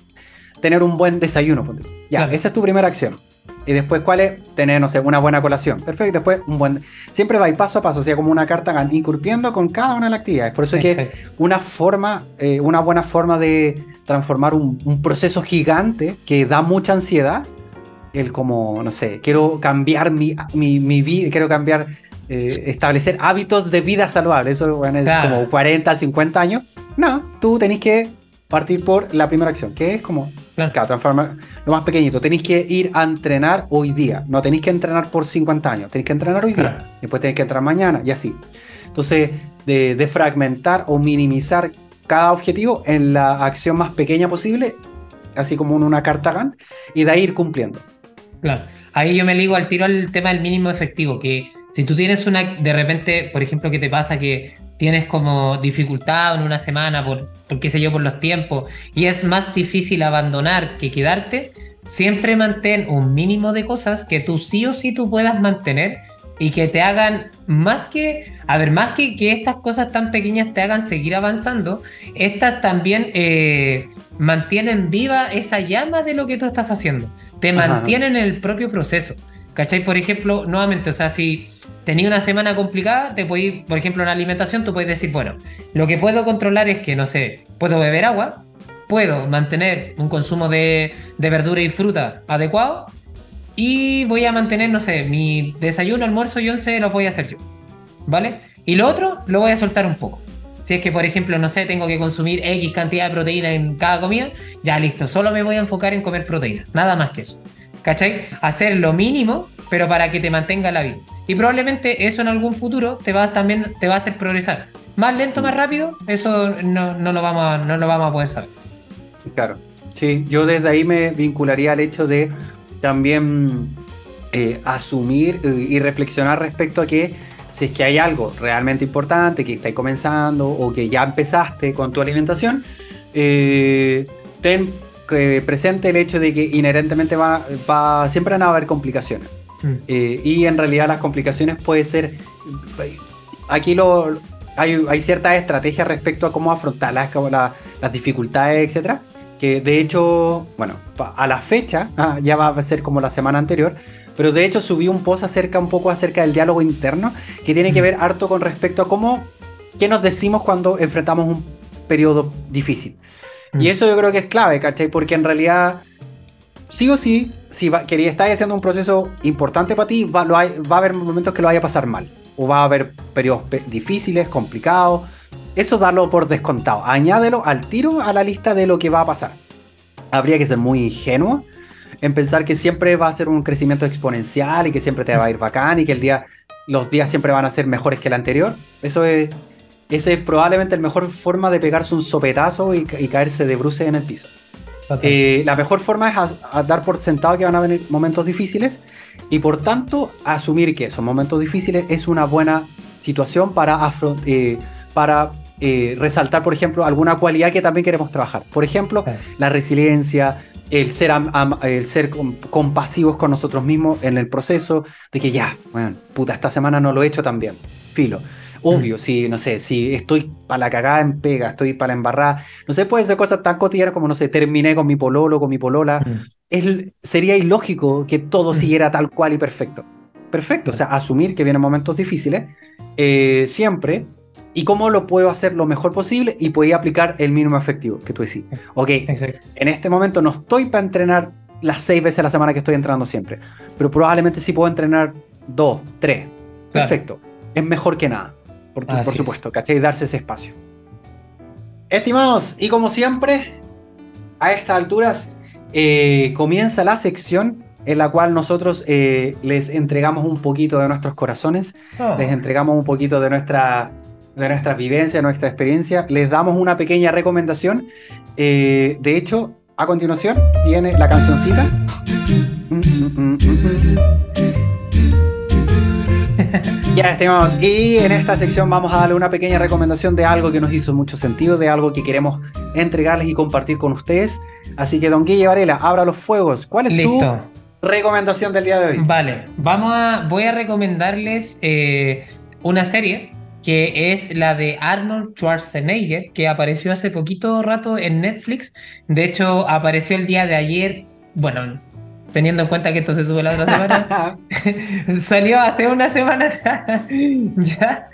Tener un buen desayuno, ponte. Ya, Claro. esa es tu primera acción. Y después, ¿cuál es? Tener, no sé, una buena colación. Perfecto, después un buen... Siempre va y paso a paso, o sea, como una carta Gantt, incurriendo con cada una de las actividades. Por eso es que Exacto. una forma, eh, una buena forma de transformar un, un proceso gigante que da mucha ansiedad, el como, no sé, quiero cambiar mi, mi, mi vida, quiero cambiar, eh, establecer hábitos de vida saludable, eso bueno, es Claro. como cuarenta, cincuenta años. No, tú tenés que partir por la primera acción, que es como, Claro. claro, transformar lo más pequeñito. Tenéis que ir a entrenar hoy día, no tenéis que entrenar por cincuenta años, tenéis que entrenar hoy día, Claro. después tenéis que entrenar mañana y así. Entonces, de, de fragmentar o minimizar cada objetivo en la acción más pequeña posible, así como en una carta Gantt, y de ahí ir cumpliendo. Claro, ahí yo me ligo al tiro al tema del mínimo efectivo, que si tú tienes una, de repente, por ejemplo, que te pasa que tienes como dificultad en una semana por, por qué sé yo, por los tiempos, y es más difícil abandonar que quedarte, siempre mantén un mínimo de cosas que tú sí o sí tú puedas mantener y que te hagan más que, a ver, más que que estas cosas tan pequeñas te hagan seguir avanzando, estas también eh, mantienen viva esa llama de lo que tú estás haciendo, te Ajá. mantienen en el propio proceso, ¿cachai? Por ejemplo, nuevamente, o sea, si tenías una semana complicada, te podéis, por ejemplo, en la alimentación, tú puedes decir, bueno, lo que puedo controlar es que, no sé, puedo beber agua, puedo mantener un consumo de, de verdura y fruta adecuado, y voy a mantener, no sé, mi desayuno, almuerzo y once los voy a hacer yo, ¿vale? Y lo otro lo voy a soltar un poco. Si es que, por ejemplo, no sé, tengo que consumir X cantidad de proteína en cada comida, ya listo, solo me voy a enfocar en comer proteína, nada más que eso, ¿cachai? Hacer lo mínimo, pero para que te mantenga la vida. Y probablemente eso en algún futuro te vas también te va a hacer progresar. Más lento, más rápido, eso no, no, lo vamos a, no lo vamos a poder saber. Claro, sí, yo desde ahí me vincularía al hecho de también eh, asumir eh, y reflexionar respecto a que si es que hay algo realmente importante que estáis comenzando o que ya empezaste con tu alimentación, eh, ten eh, presente el hecho de que inherentemente va, va siempre van a haber complicaciones. Mm. Eh, y en realidad las complicaciones pueden ser, aquí lo, hay, hay ciertas estrategias respecto a cómo afrontarlas, como la, las dificultades, etcétera, que de hecho, bueno, a la fecha, ah, ya va a ser como la semana anterior, pero de hecho subí un post acerca un poco acerca del diálogo interno, que tiene que ver harto con respecto a cómo, qué nos decimos cuando enfrentamos un periodo difícil. Mm. Y eso yo creo que es clave, ¿cachai? Porque en realidad, sí o sí, si va, quería estar haciendo un proceso importante para ti, va, lo hay, va a haber momentos que lo vaya a pasar mal, o va a haber periodos pe- difíciles, complicados. Eso darlo por descontado, añádelo al tiro a la lista de lo que va a pasar. Habría que ser muy ingenuo en pensar que siempre va a ser un crecimiento exponencial y que siempre te va a ir bacán y que el día, los días siempre van a ser mejores que el anterior. Eso es, ese es probablemente la mejor forma de pegarse un sopetazo y, y caerse de bruces en el piso. Eh, la mejor forma es a, a dar por sentado que van a venir momentos difíciles y por tanto asumir que esos momentos difíciles es una buena situación para, afro- eh, para eh, resaltar, por ejemplo, alguna cualidad que también queremos trabajar. Por ejemplo, Claro. la resiliencia, el ser, am- am- el ser com- compasivos con nosotros mismos en el proceso, de que ya, bueno, puta, esta semana no lo he hecho tan bien, filo. Obvio, si, no sé, si estoy para la cagada en pega, estoy para la embarrada, no sé, puede ser cosas tan cotidianas como, no sé, terminé con mi pololo, con mi polola. Mm. Es, sería ilógico que todo Mm. siguiera tal cual y perfecto. Perfecto, o sea, asumir que vienen momentos difíciles, eh, siempre, y cómo lo puedo hacer lo mejor posible y podía aplicar el mínimo efectivo que tú decís. Ok, Exacto. en este momento no estoy para entrenar las seis veces a la semana que estoy entrenando siempre, pero probablemente sí puedo entrenar dos, tres. Claro. Perfecto, es mejor que nada, por, tu- Así por es. supuesto, ¿cachai? Darse ese espacio. Estimados, y como siempre, a estas alturas eh, comienza la sección en la cual nosotros eh, les entregamos un poquito de nuestros corazones, Oh. les entregamos un poquito de nuestra, de nuestras vivencias, de nuestra experiencia, les damos una pequeña recomendación. Eh, de hecho, a continuación viene la cancioncita. Mm, mm, mm, mm, mm. Ya, estimados, y en esta sección vamos a darle una pequeña recomendación de algo que nos hizo mucho sentido, de algo que queremos entregarles y compartir con ustedes. Así que, don Guille Varela, abra los fuegos. ¿Cuál es Listo. su recomendación del día de hoy? Vale, vamos a, voy a recomendarles eh, una serie que es la de Arnold Schwarzenegger, que apareció hace poquito rato en Netflix. De hecho, apareció el día de ayer. Bueno, teniendo en cuenta que esto se sube la otra semana, salió hace una semana atrás. Ya.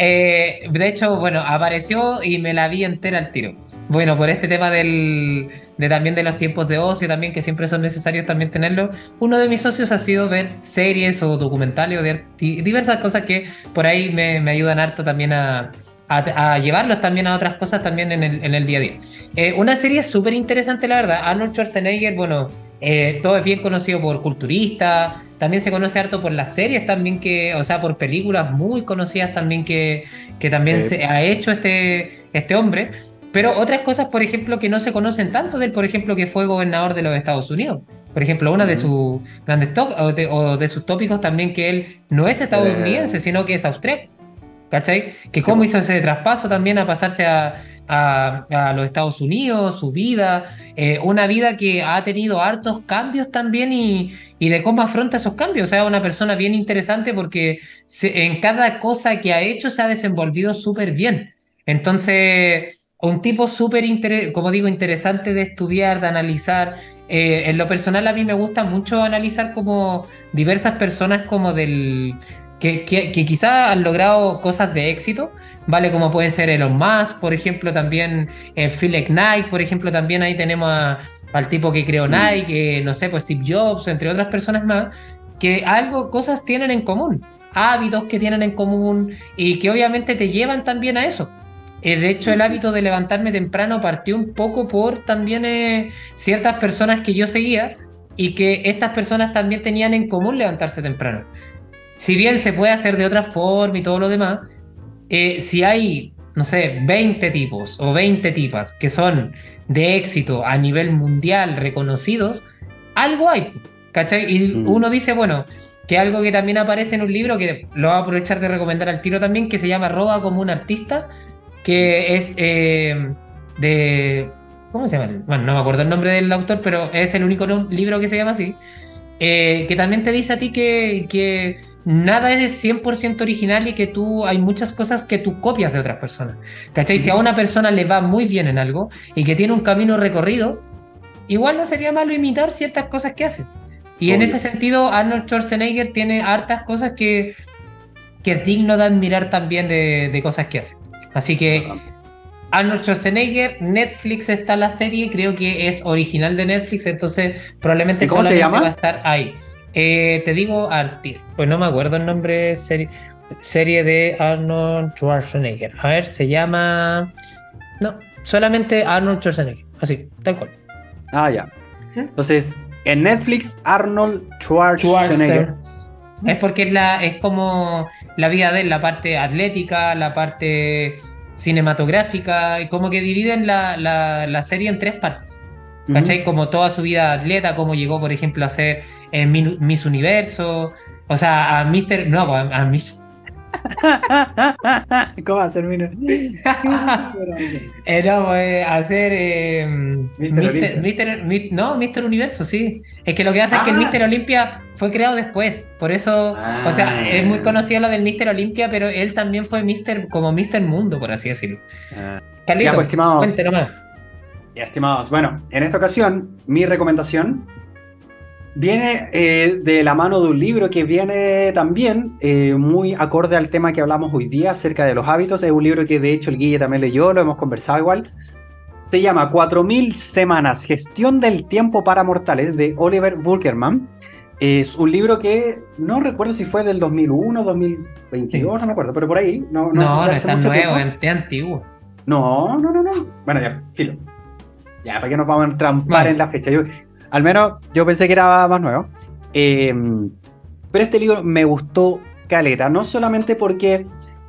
Eh, de hecho, bueno, apareció y me la vi entera al tiro. Bueno, por este tema del, de también de los tiempos de ocio, también que siempre son necesarios también tenerlo. Uno de mis socios ha sido ver series o documentales o de arti- diversas cosas que por ahí me, me ayudan harto también a, a, a llevarlos también a otras cosas también en el, en el día a día. Eh, una serie súper interesante, la verdad. Arnold Schwarzenegger, bueno, eh, todo es bien conocido por culturista. También se conoce harto por las series también que, o sea, por películas muy conocidas también que, que también Sí. se ha hecho este, este hombre. Pero otras cosas, por ejemplo, que no se conocen tanto de él, por ejemplo, que fue gobernador de los Estados Unidos. Por ejemplo, uno de Ujú. sus grandes to- o de, o de sus tópicos también que él no es estadounidense, Eh, sino que es austríaco. ¿Cachai? Que Sí, cómo po. hizo ese traspaso también a pasarse a, a- a los Estados Unidos, su vida, eh, una vida que ha tenido hartos cambios también y, y de cómo afronta esos cambios. O sea, una persona bien interesante porque se- en cada cosa que ha hecho se ha desenvolvido súper bien. Entonces, un tipo súper, intere- como digo, interesante de estudiar, de analizar. Eh, en lo personal a mí me gusta mucho analizar como diversas personas como del que, que, que quizá han logrado cosas de éxito, ¿vale? Como pueden ser Elon Musk, por ejemplo, también eh, Phil Knight, por ejemplo, también ahí tenemos a- al tipo que creó Mm. Nike, eh, no sé, pues Steve Jobs, entre otras personas más, que algo, cosas tienen en común, hábitos que tienen en común y que obviamente te llevan también a eso. Eh, de hecho, el hábito de levantarme temprano partió un poco por también eh, ciertas personas que yo seguía y que estas personas también tenían en común levantarse temprano. Si bien se puede hacer de otra forma y todo lo demás, eh, si hay, no sé, veinte tipos o veinte tipas que son de éxito a nivel mundial reconocidos, algo hay, ¿cachai? Y Mm. uno dice, bueno, que algo que también aparece en un libro, que lo voy a aprovechar de recomendar al tiro también, que se llama Roba como un artista, que es eh, de... ¿Cómo se llama? Bueno, no me acuerdo el nombre del autor, pero es el único nom- libro que se llama así. Eh, que también te dice a ti que, que nada es cien por ciento original y que tú hay muchas cosas que tú copias de otras personas. ¿Cachai? Si a una persona le va muy bien en algo y que tiene un camino recorrido, igual no sería malo imitar ciertas cosas que hace. Y en Obvio. ese sentido, Arnold Schwarzenegger tiene hartas cosas que, que es digno de admirar también de, de cosas que hace. Así que Arnold Schwarzenegger, Netflix está la serie, creo que es original de Netflix, entonces probablemente ¿Y cómo se solamente llama? va a estar ahí. Eh, te digo, Arti, pues no me acuerdo el nombre, serie, serie de Arnold Schwarzenegger. A ver, se llama... No, solamente Arnold Schwarzenegger, así, tal cual. Ah, ya. ¿Mm? Entonces, en Netflix, Arnold Schwarzenegger. Es porque es, la, es como la vida de él, la parte atlética, la parte cinematográfica, y como que dividen la, la, la serie en tres partes. ¿Cachai? Ujú. Como toda su vida atleta, cómo llegó, por ejemplo, a ser eh, Min- Miss Universo, o sea, a Mister No, a, a Miss, ¿Cómo hacer menos? Era pues, hacer eh, Mister Olimpia. Mister, Mister- Mi- no, Mister Universo, sí. Es que lo que pasa es que el Ah. Mister Olympia fue creado después. Por eso, o sea, Ah. es muy conocido lo del Mister Olympia, pero él también fue Mister como Mister Mundo, por así decirlo. Ah. Carlito, Ya, pues, estimado. cuente nomás. Ya, estimados. Bueno, en esta ocasión, mi recomendación viene eh, de la mano de un libro que viene también eh, muy acorde al tema que hablamos hoy día acerca de los hábitos. Es un libro que de hecho el Guille también leyó, lo hemos conversado igual. Se llama cuatro mil semanas, gestión del tiempo para mortales, de Oliver Burkeman. Es un libro que no recuerdo si fue del dos mil uno, dos mil veintidós, Sí. no me acuerdo, pero por ahí. No, no, No, de no hace es tan mucho nuevo, tiempo. es antiguo. No, no, no, no. Bueno, ya, filo. Ya, para que nos vamos a trampar Vale. en la fecha. Yo, al menos yo pensé que era más nuevo. Eh, pero este libro me gustó caleta, no solamente porque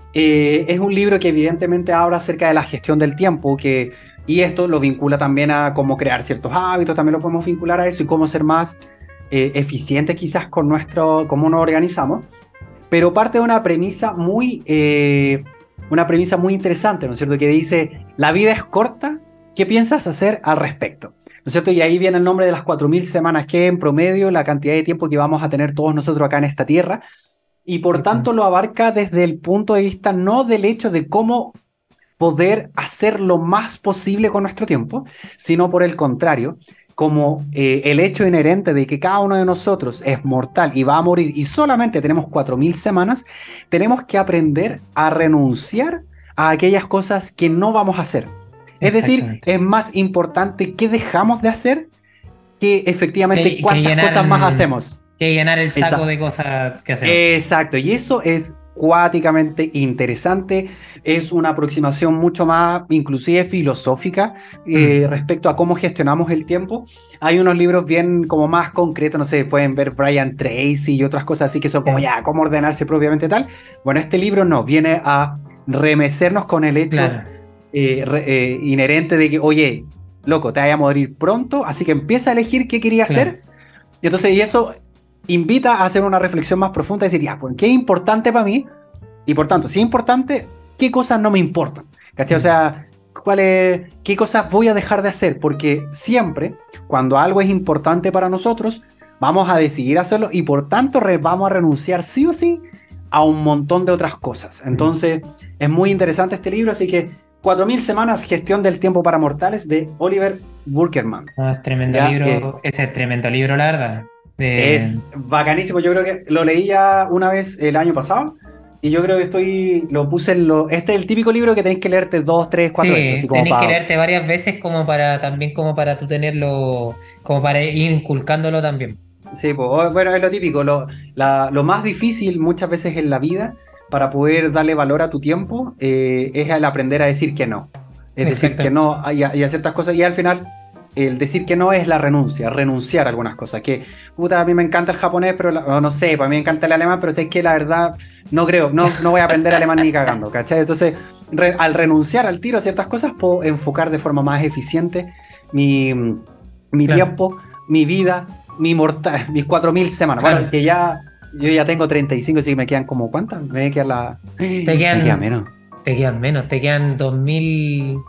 eh, es un libro que evidentemente habla acerca de la gestión del tiempo, que, y esto lo vincula también a cómo crear ciertos hábitos, también lo podemos vincular a eso y cómo ser más eh, eficientes quizás con nuestro, cómo nos organizamos, pero parte de una premisa muy, eh, una premisa muy interesante, ¿no es cierto? Que dice, la vida es corta, ¿qué piensas hacer al respecto? ¿No es cierto? Y ahí viene el nombre de las cuatro mil semanas, que es en promedio la cantidad de tiempo que vamos a tener todos nosotros acá en esta tierra, y por tanto lo abarca desde el punto de vista no del hecho de cómo poder hacer lo más posible con nuestro tiempo, sino por el contrario, como eh, el hecho inherente de que cada uno de nosotros es mortal y va a morir y solamente tenemos cuatro mil semanas, tenemos que aprender a renunciar a aquellas cosas que no vamos a hacer. Es decir, Exactamente. es más importante qué dejamos de hacer que efectivamente Que- que cuántas llenar cosas más un- hacemos. Que llenar el saco Exacto. de cosas que hacemos. Exacto, y eso es cuáticamente interesante, es una aproximación mucho más inclusive filosófica eh, Mm. respecto a cómo gestionamos el tiempo. Hay unos libros bien como más concretos, no sé, pueden ver Brian Tracy y otras cosas así que son como Sí. ya, cómo ordenarse propiamente tal. Bueno, este libro no, viene a remecernos con el hecho Claro. eh, re- eh, inherente de que, oye, loco, te vaya a morir pronto, así que empieza a elegir qué quería Claro. hacer. Y entonces, y eso invita a hacer una reflexión más profunda y decir, ya, pues, ¿qué es importante para mí? Y por tanto, si es importante, ¿qué cosas no me importan? ¿Cachai? O sea, ¿cuál es, ¿qué cosas voy a dejar de hacer? Porque siempre, cuando algo es importante para nosotros, vamos a decidir hacerlo y por tanto re- vamos a renunciar sí o sí a un montón de otras cosas. Entonces, es muy interesante este libro, así que cuatro mil semanas, gestión del tiempo para mortales, de Oliver Burkeman. No, es tremendo Ya, libro. eh, Ese es tremendo libro, la verdad. Eh, Es bacanísimo, yo creo que lo leí ya una vez el año pasado y yo creo que estoy, lo puse en lo, este es el típico libro que tenéis que leerte dos, tres, cuatro sí, veces, así como tenés que para... leerte varias veces como para también como para tú tenerlo, como para ir inculcándolo también. Sí, pues, bueno, es lo típico, lo, la- lo más difícil muchas veces en la vida para poder darle valor a tu tiempo eh, es el aprender a decir que no. Es decir que no y a, y a ciertas cosas y al final el decir que no es la renuncia, renunciar a algunas cosas. Que, puta, a mí me encanta el japonés, pero la- o no sé, para mí me encanta el alemán, pero sé que la verdad no creo, no, no voy a aprender alemán ni cagando, ¿cachai? Entonces, re- al renunciar al tiro a ciertas cosas, puedo enfocar de forma más eficiente mi, mi Claro. tiempo, mi vida, mi mortal, mis cuatro mil semanas. Claro. Bueno, que ya, yo ya tengo treinta y cinco, así que me quedan como, ¿cuántas? Me quedan la... quedan- Me queda menos. Te quedan menos, te quedan dos mil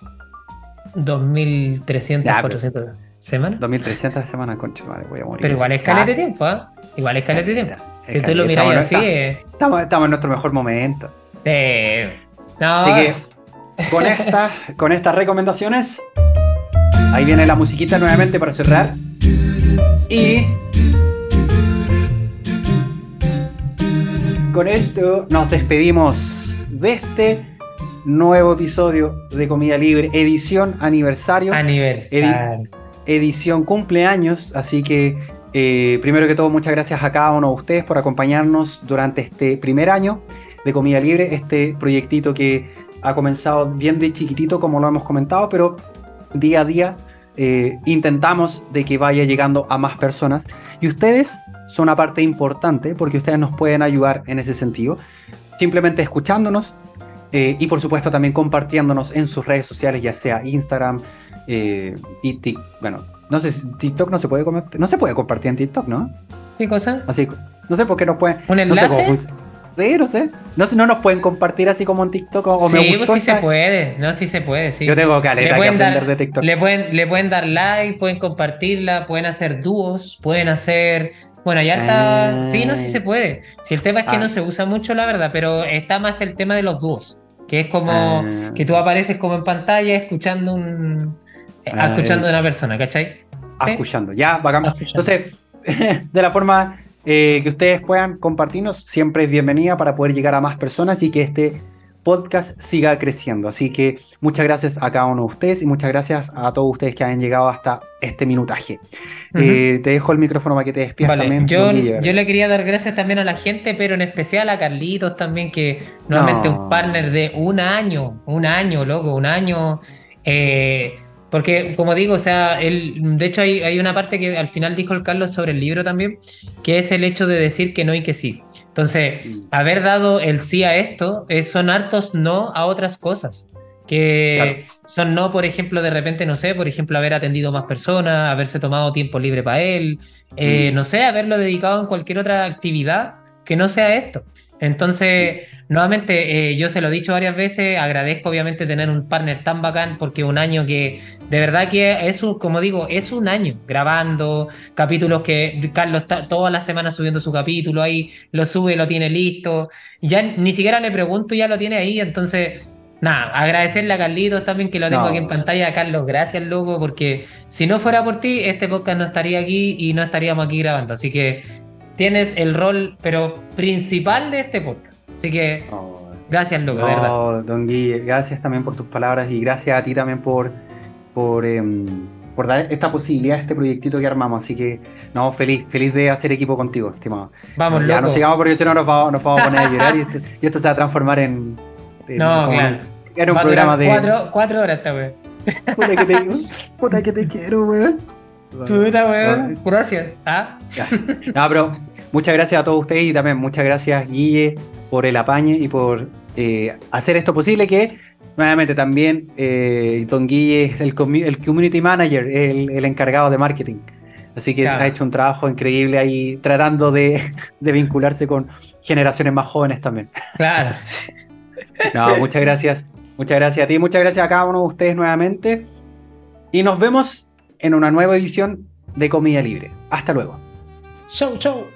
dos mil trescientas, Ya, pero- cuatrocientas semanas. dos mil trescientas semanas, concha, madre, voy a morir. Pero igual es caleta de tiempo, ¿ah? Igual es caleta de tiempo. Es Si tú lo caleta, miráis bueno, así, está- eh, Estamos, estamos en nuestro mejor momento. eh, no, Así que con, esta, con estas recomendaciones, ahí viene la musiquita nuevamente para cerrar. Y con esto nos despedimos de este nuevo episodio de Comida Libre, edición aniversario, aniversario. edición cumpleaños. Así que eh, primero que todo, muchas gracias a cada uno de ustedes por acompañarnos durante este primer año de Comida Libre, este proyectito que ha comenzado bien de chiquitito, como lo hemos comentado, pero día a día eh, intentamos de que vaya llegando a más personas y ustedes son una parte importante porque ustedes nos pueden ayudar en ese sentido, simplemente escuchándonos eh, y por supuesto también compartiéndonos en sus redes sociales, ya sea Instagram eh, y TikTok. Bueno, no sé si TikTok no se puede comentar, no se puede compartir en TikTok, ¿no? ¿Qué cosa? Así, no sé por qué no pueden. ¿Un No sé enlace? cómo funciona. Sí, no sé. No, sé, no nos pueden compartir así como en TikTok o, o me Sí, gustó. pues sí se esta- puede, no, sí se puede, sí. Yo tengo Le caleta que pueden aprender dar, de TikTok. le pueden, le pueden dar like, pueden compartirla, pueden hacer dúos, pueden hacer. Bueno, ya está. Sí, no, sí Ah, se puede. Si el tema es que no ah, se usa mucho, la verdad, pero está más el tema de los dúos, que es como ah, que tú apareces como en pantalla escuchando un, eh, escuchando ah, a una persona, ¿cachai? ah, Sí, escuchando. Ya, bacán. escuchando. Entonces, de la forma eh, que ustedes puedan compartirnos, siempre es bienvenida para poder llegar a más personas y que este podcast siga creciendo. Así que muchas gracias a cada uno de ustedes y muchas gracias a todos ustedes que han llegado hasta este minutaje. Ujú. Eh, te dejo el micrófono para que te despidas Vale, también, Don yo, Guille yo Vergara. le quería dar gracias también a la gente, pero en especial a Carlitos también, que nuevamente un partner No. de un año, un año, loco, un año. eh, Porque, como digo, o sea, él, de hecho hay, hay una parte que al final dijo el Carlos sobre el libro también, que es el hecho de decir que no y que sí. Entonces, Mm, haber dado el sí a esto, es, son hartos no a otras cosas. claro. Que son no, por ejemplo, de repente, no sé, por ejemplo, haber atendido más personas, haberse tomado tiempo libre para él, eh, Mm, no sé, haberlo dedicado en cualquier otra actividad que no sea esto. mm. Entonces, nuevamente, eh, yo se lo he dicho varias veces, agradezco obviamente tener un partner tan bacán porque un año que, de verdad que es, un- como digo, es un año grabando capítulos que Carlos está todas las semanas subiendo su capítulo ahí, lo sube, lo tiene listo, ya ni siquiera le pregunto, ya lo tiene ahí, entonces... Nada, agradecerle a Carlitos también que lo tengo aquí en No. pantalla. Carlos, gracias, loco, porque si no fuera por ti, este podcast no estaría aquí y no estaríamos aquí grabando. Así que tienes el rol, pero principal de este podcast. Así que No, gracias, loco, de verdad. no, Don Guille, gracias también por tus palabras y gracias a ti también por, por, em, por dar esta posibilidad, este proyectito que armamos. Así que, no, feliz, feliz de hacer equipo contigo, estimado. Vamos, No, ya no loco. sigamos porque si no nos vamos, nos vamos a poner a llorar y esto, y esto se va a transformar en, en, No, como en claro. un, en un Va a programa durar de cuatro, cuatro horas esta weón. puta que te, puta que te quiero, weón. Puta, No, weón. Gracias. ¿Ah? ya. No, pero muchas gracias a todos ustedes y también muchas gracias, Guille, por el apañe y por eh, hacer esto posible. Que nuevamente también eh, Don Guille es el, commu- el community manager, el, el encargado de marketing. Así que ha Claro. hecho un trabajo increíble ahí tratando de, de vincularse con generaciones más jóvenes también. Claro. No, muchas gracias. Muchas gracias a ti, muchas gracias a cada uno de ustedes nuevamente. Y nos vemos en una nueva edición de Comida Libre. Hasta luego. Show, show.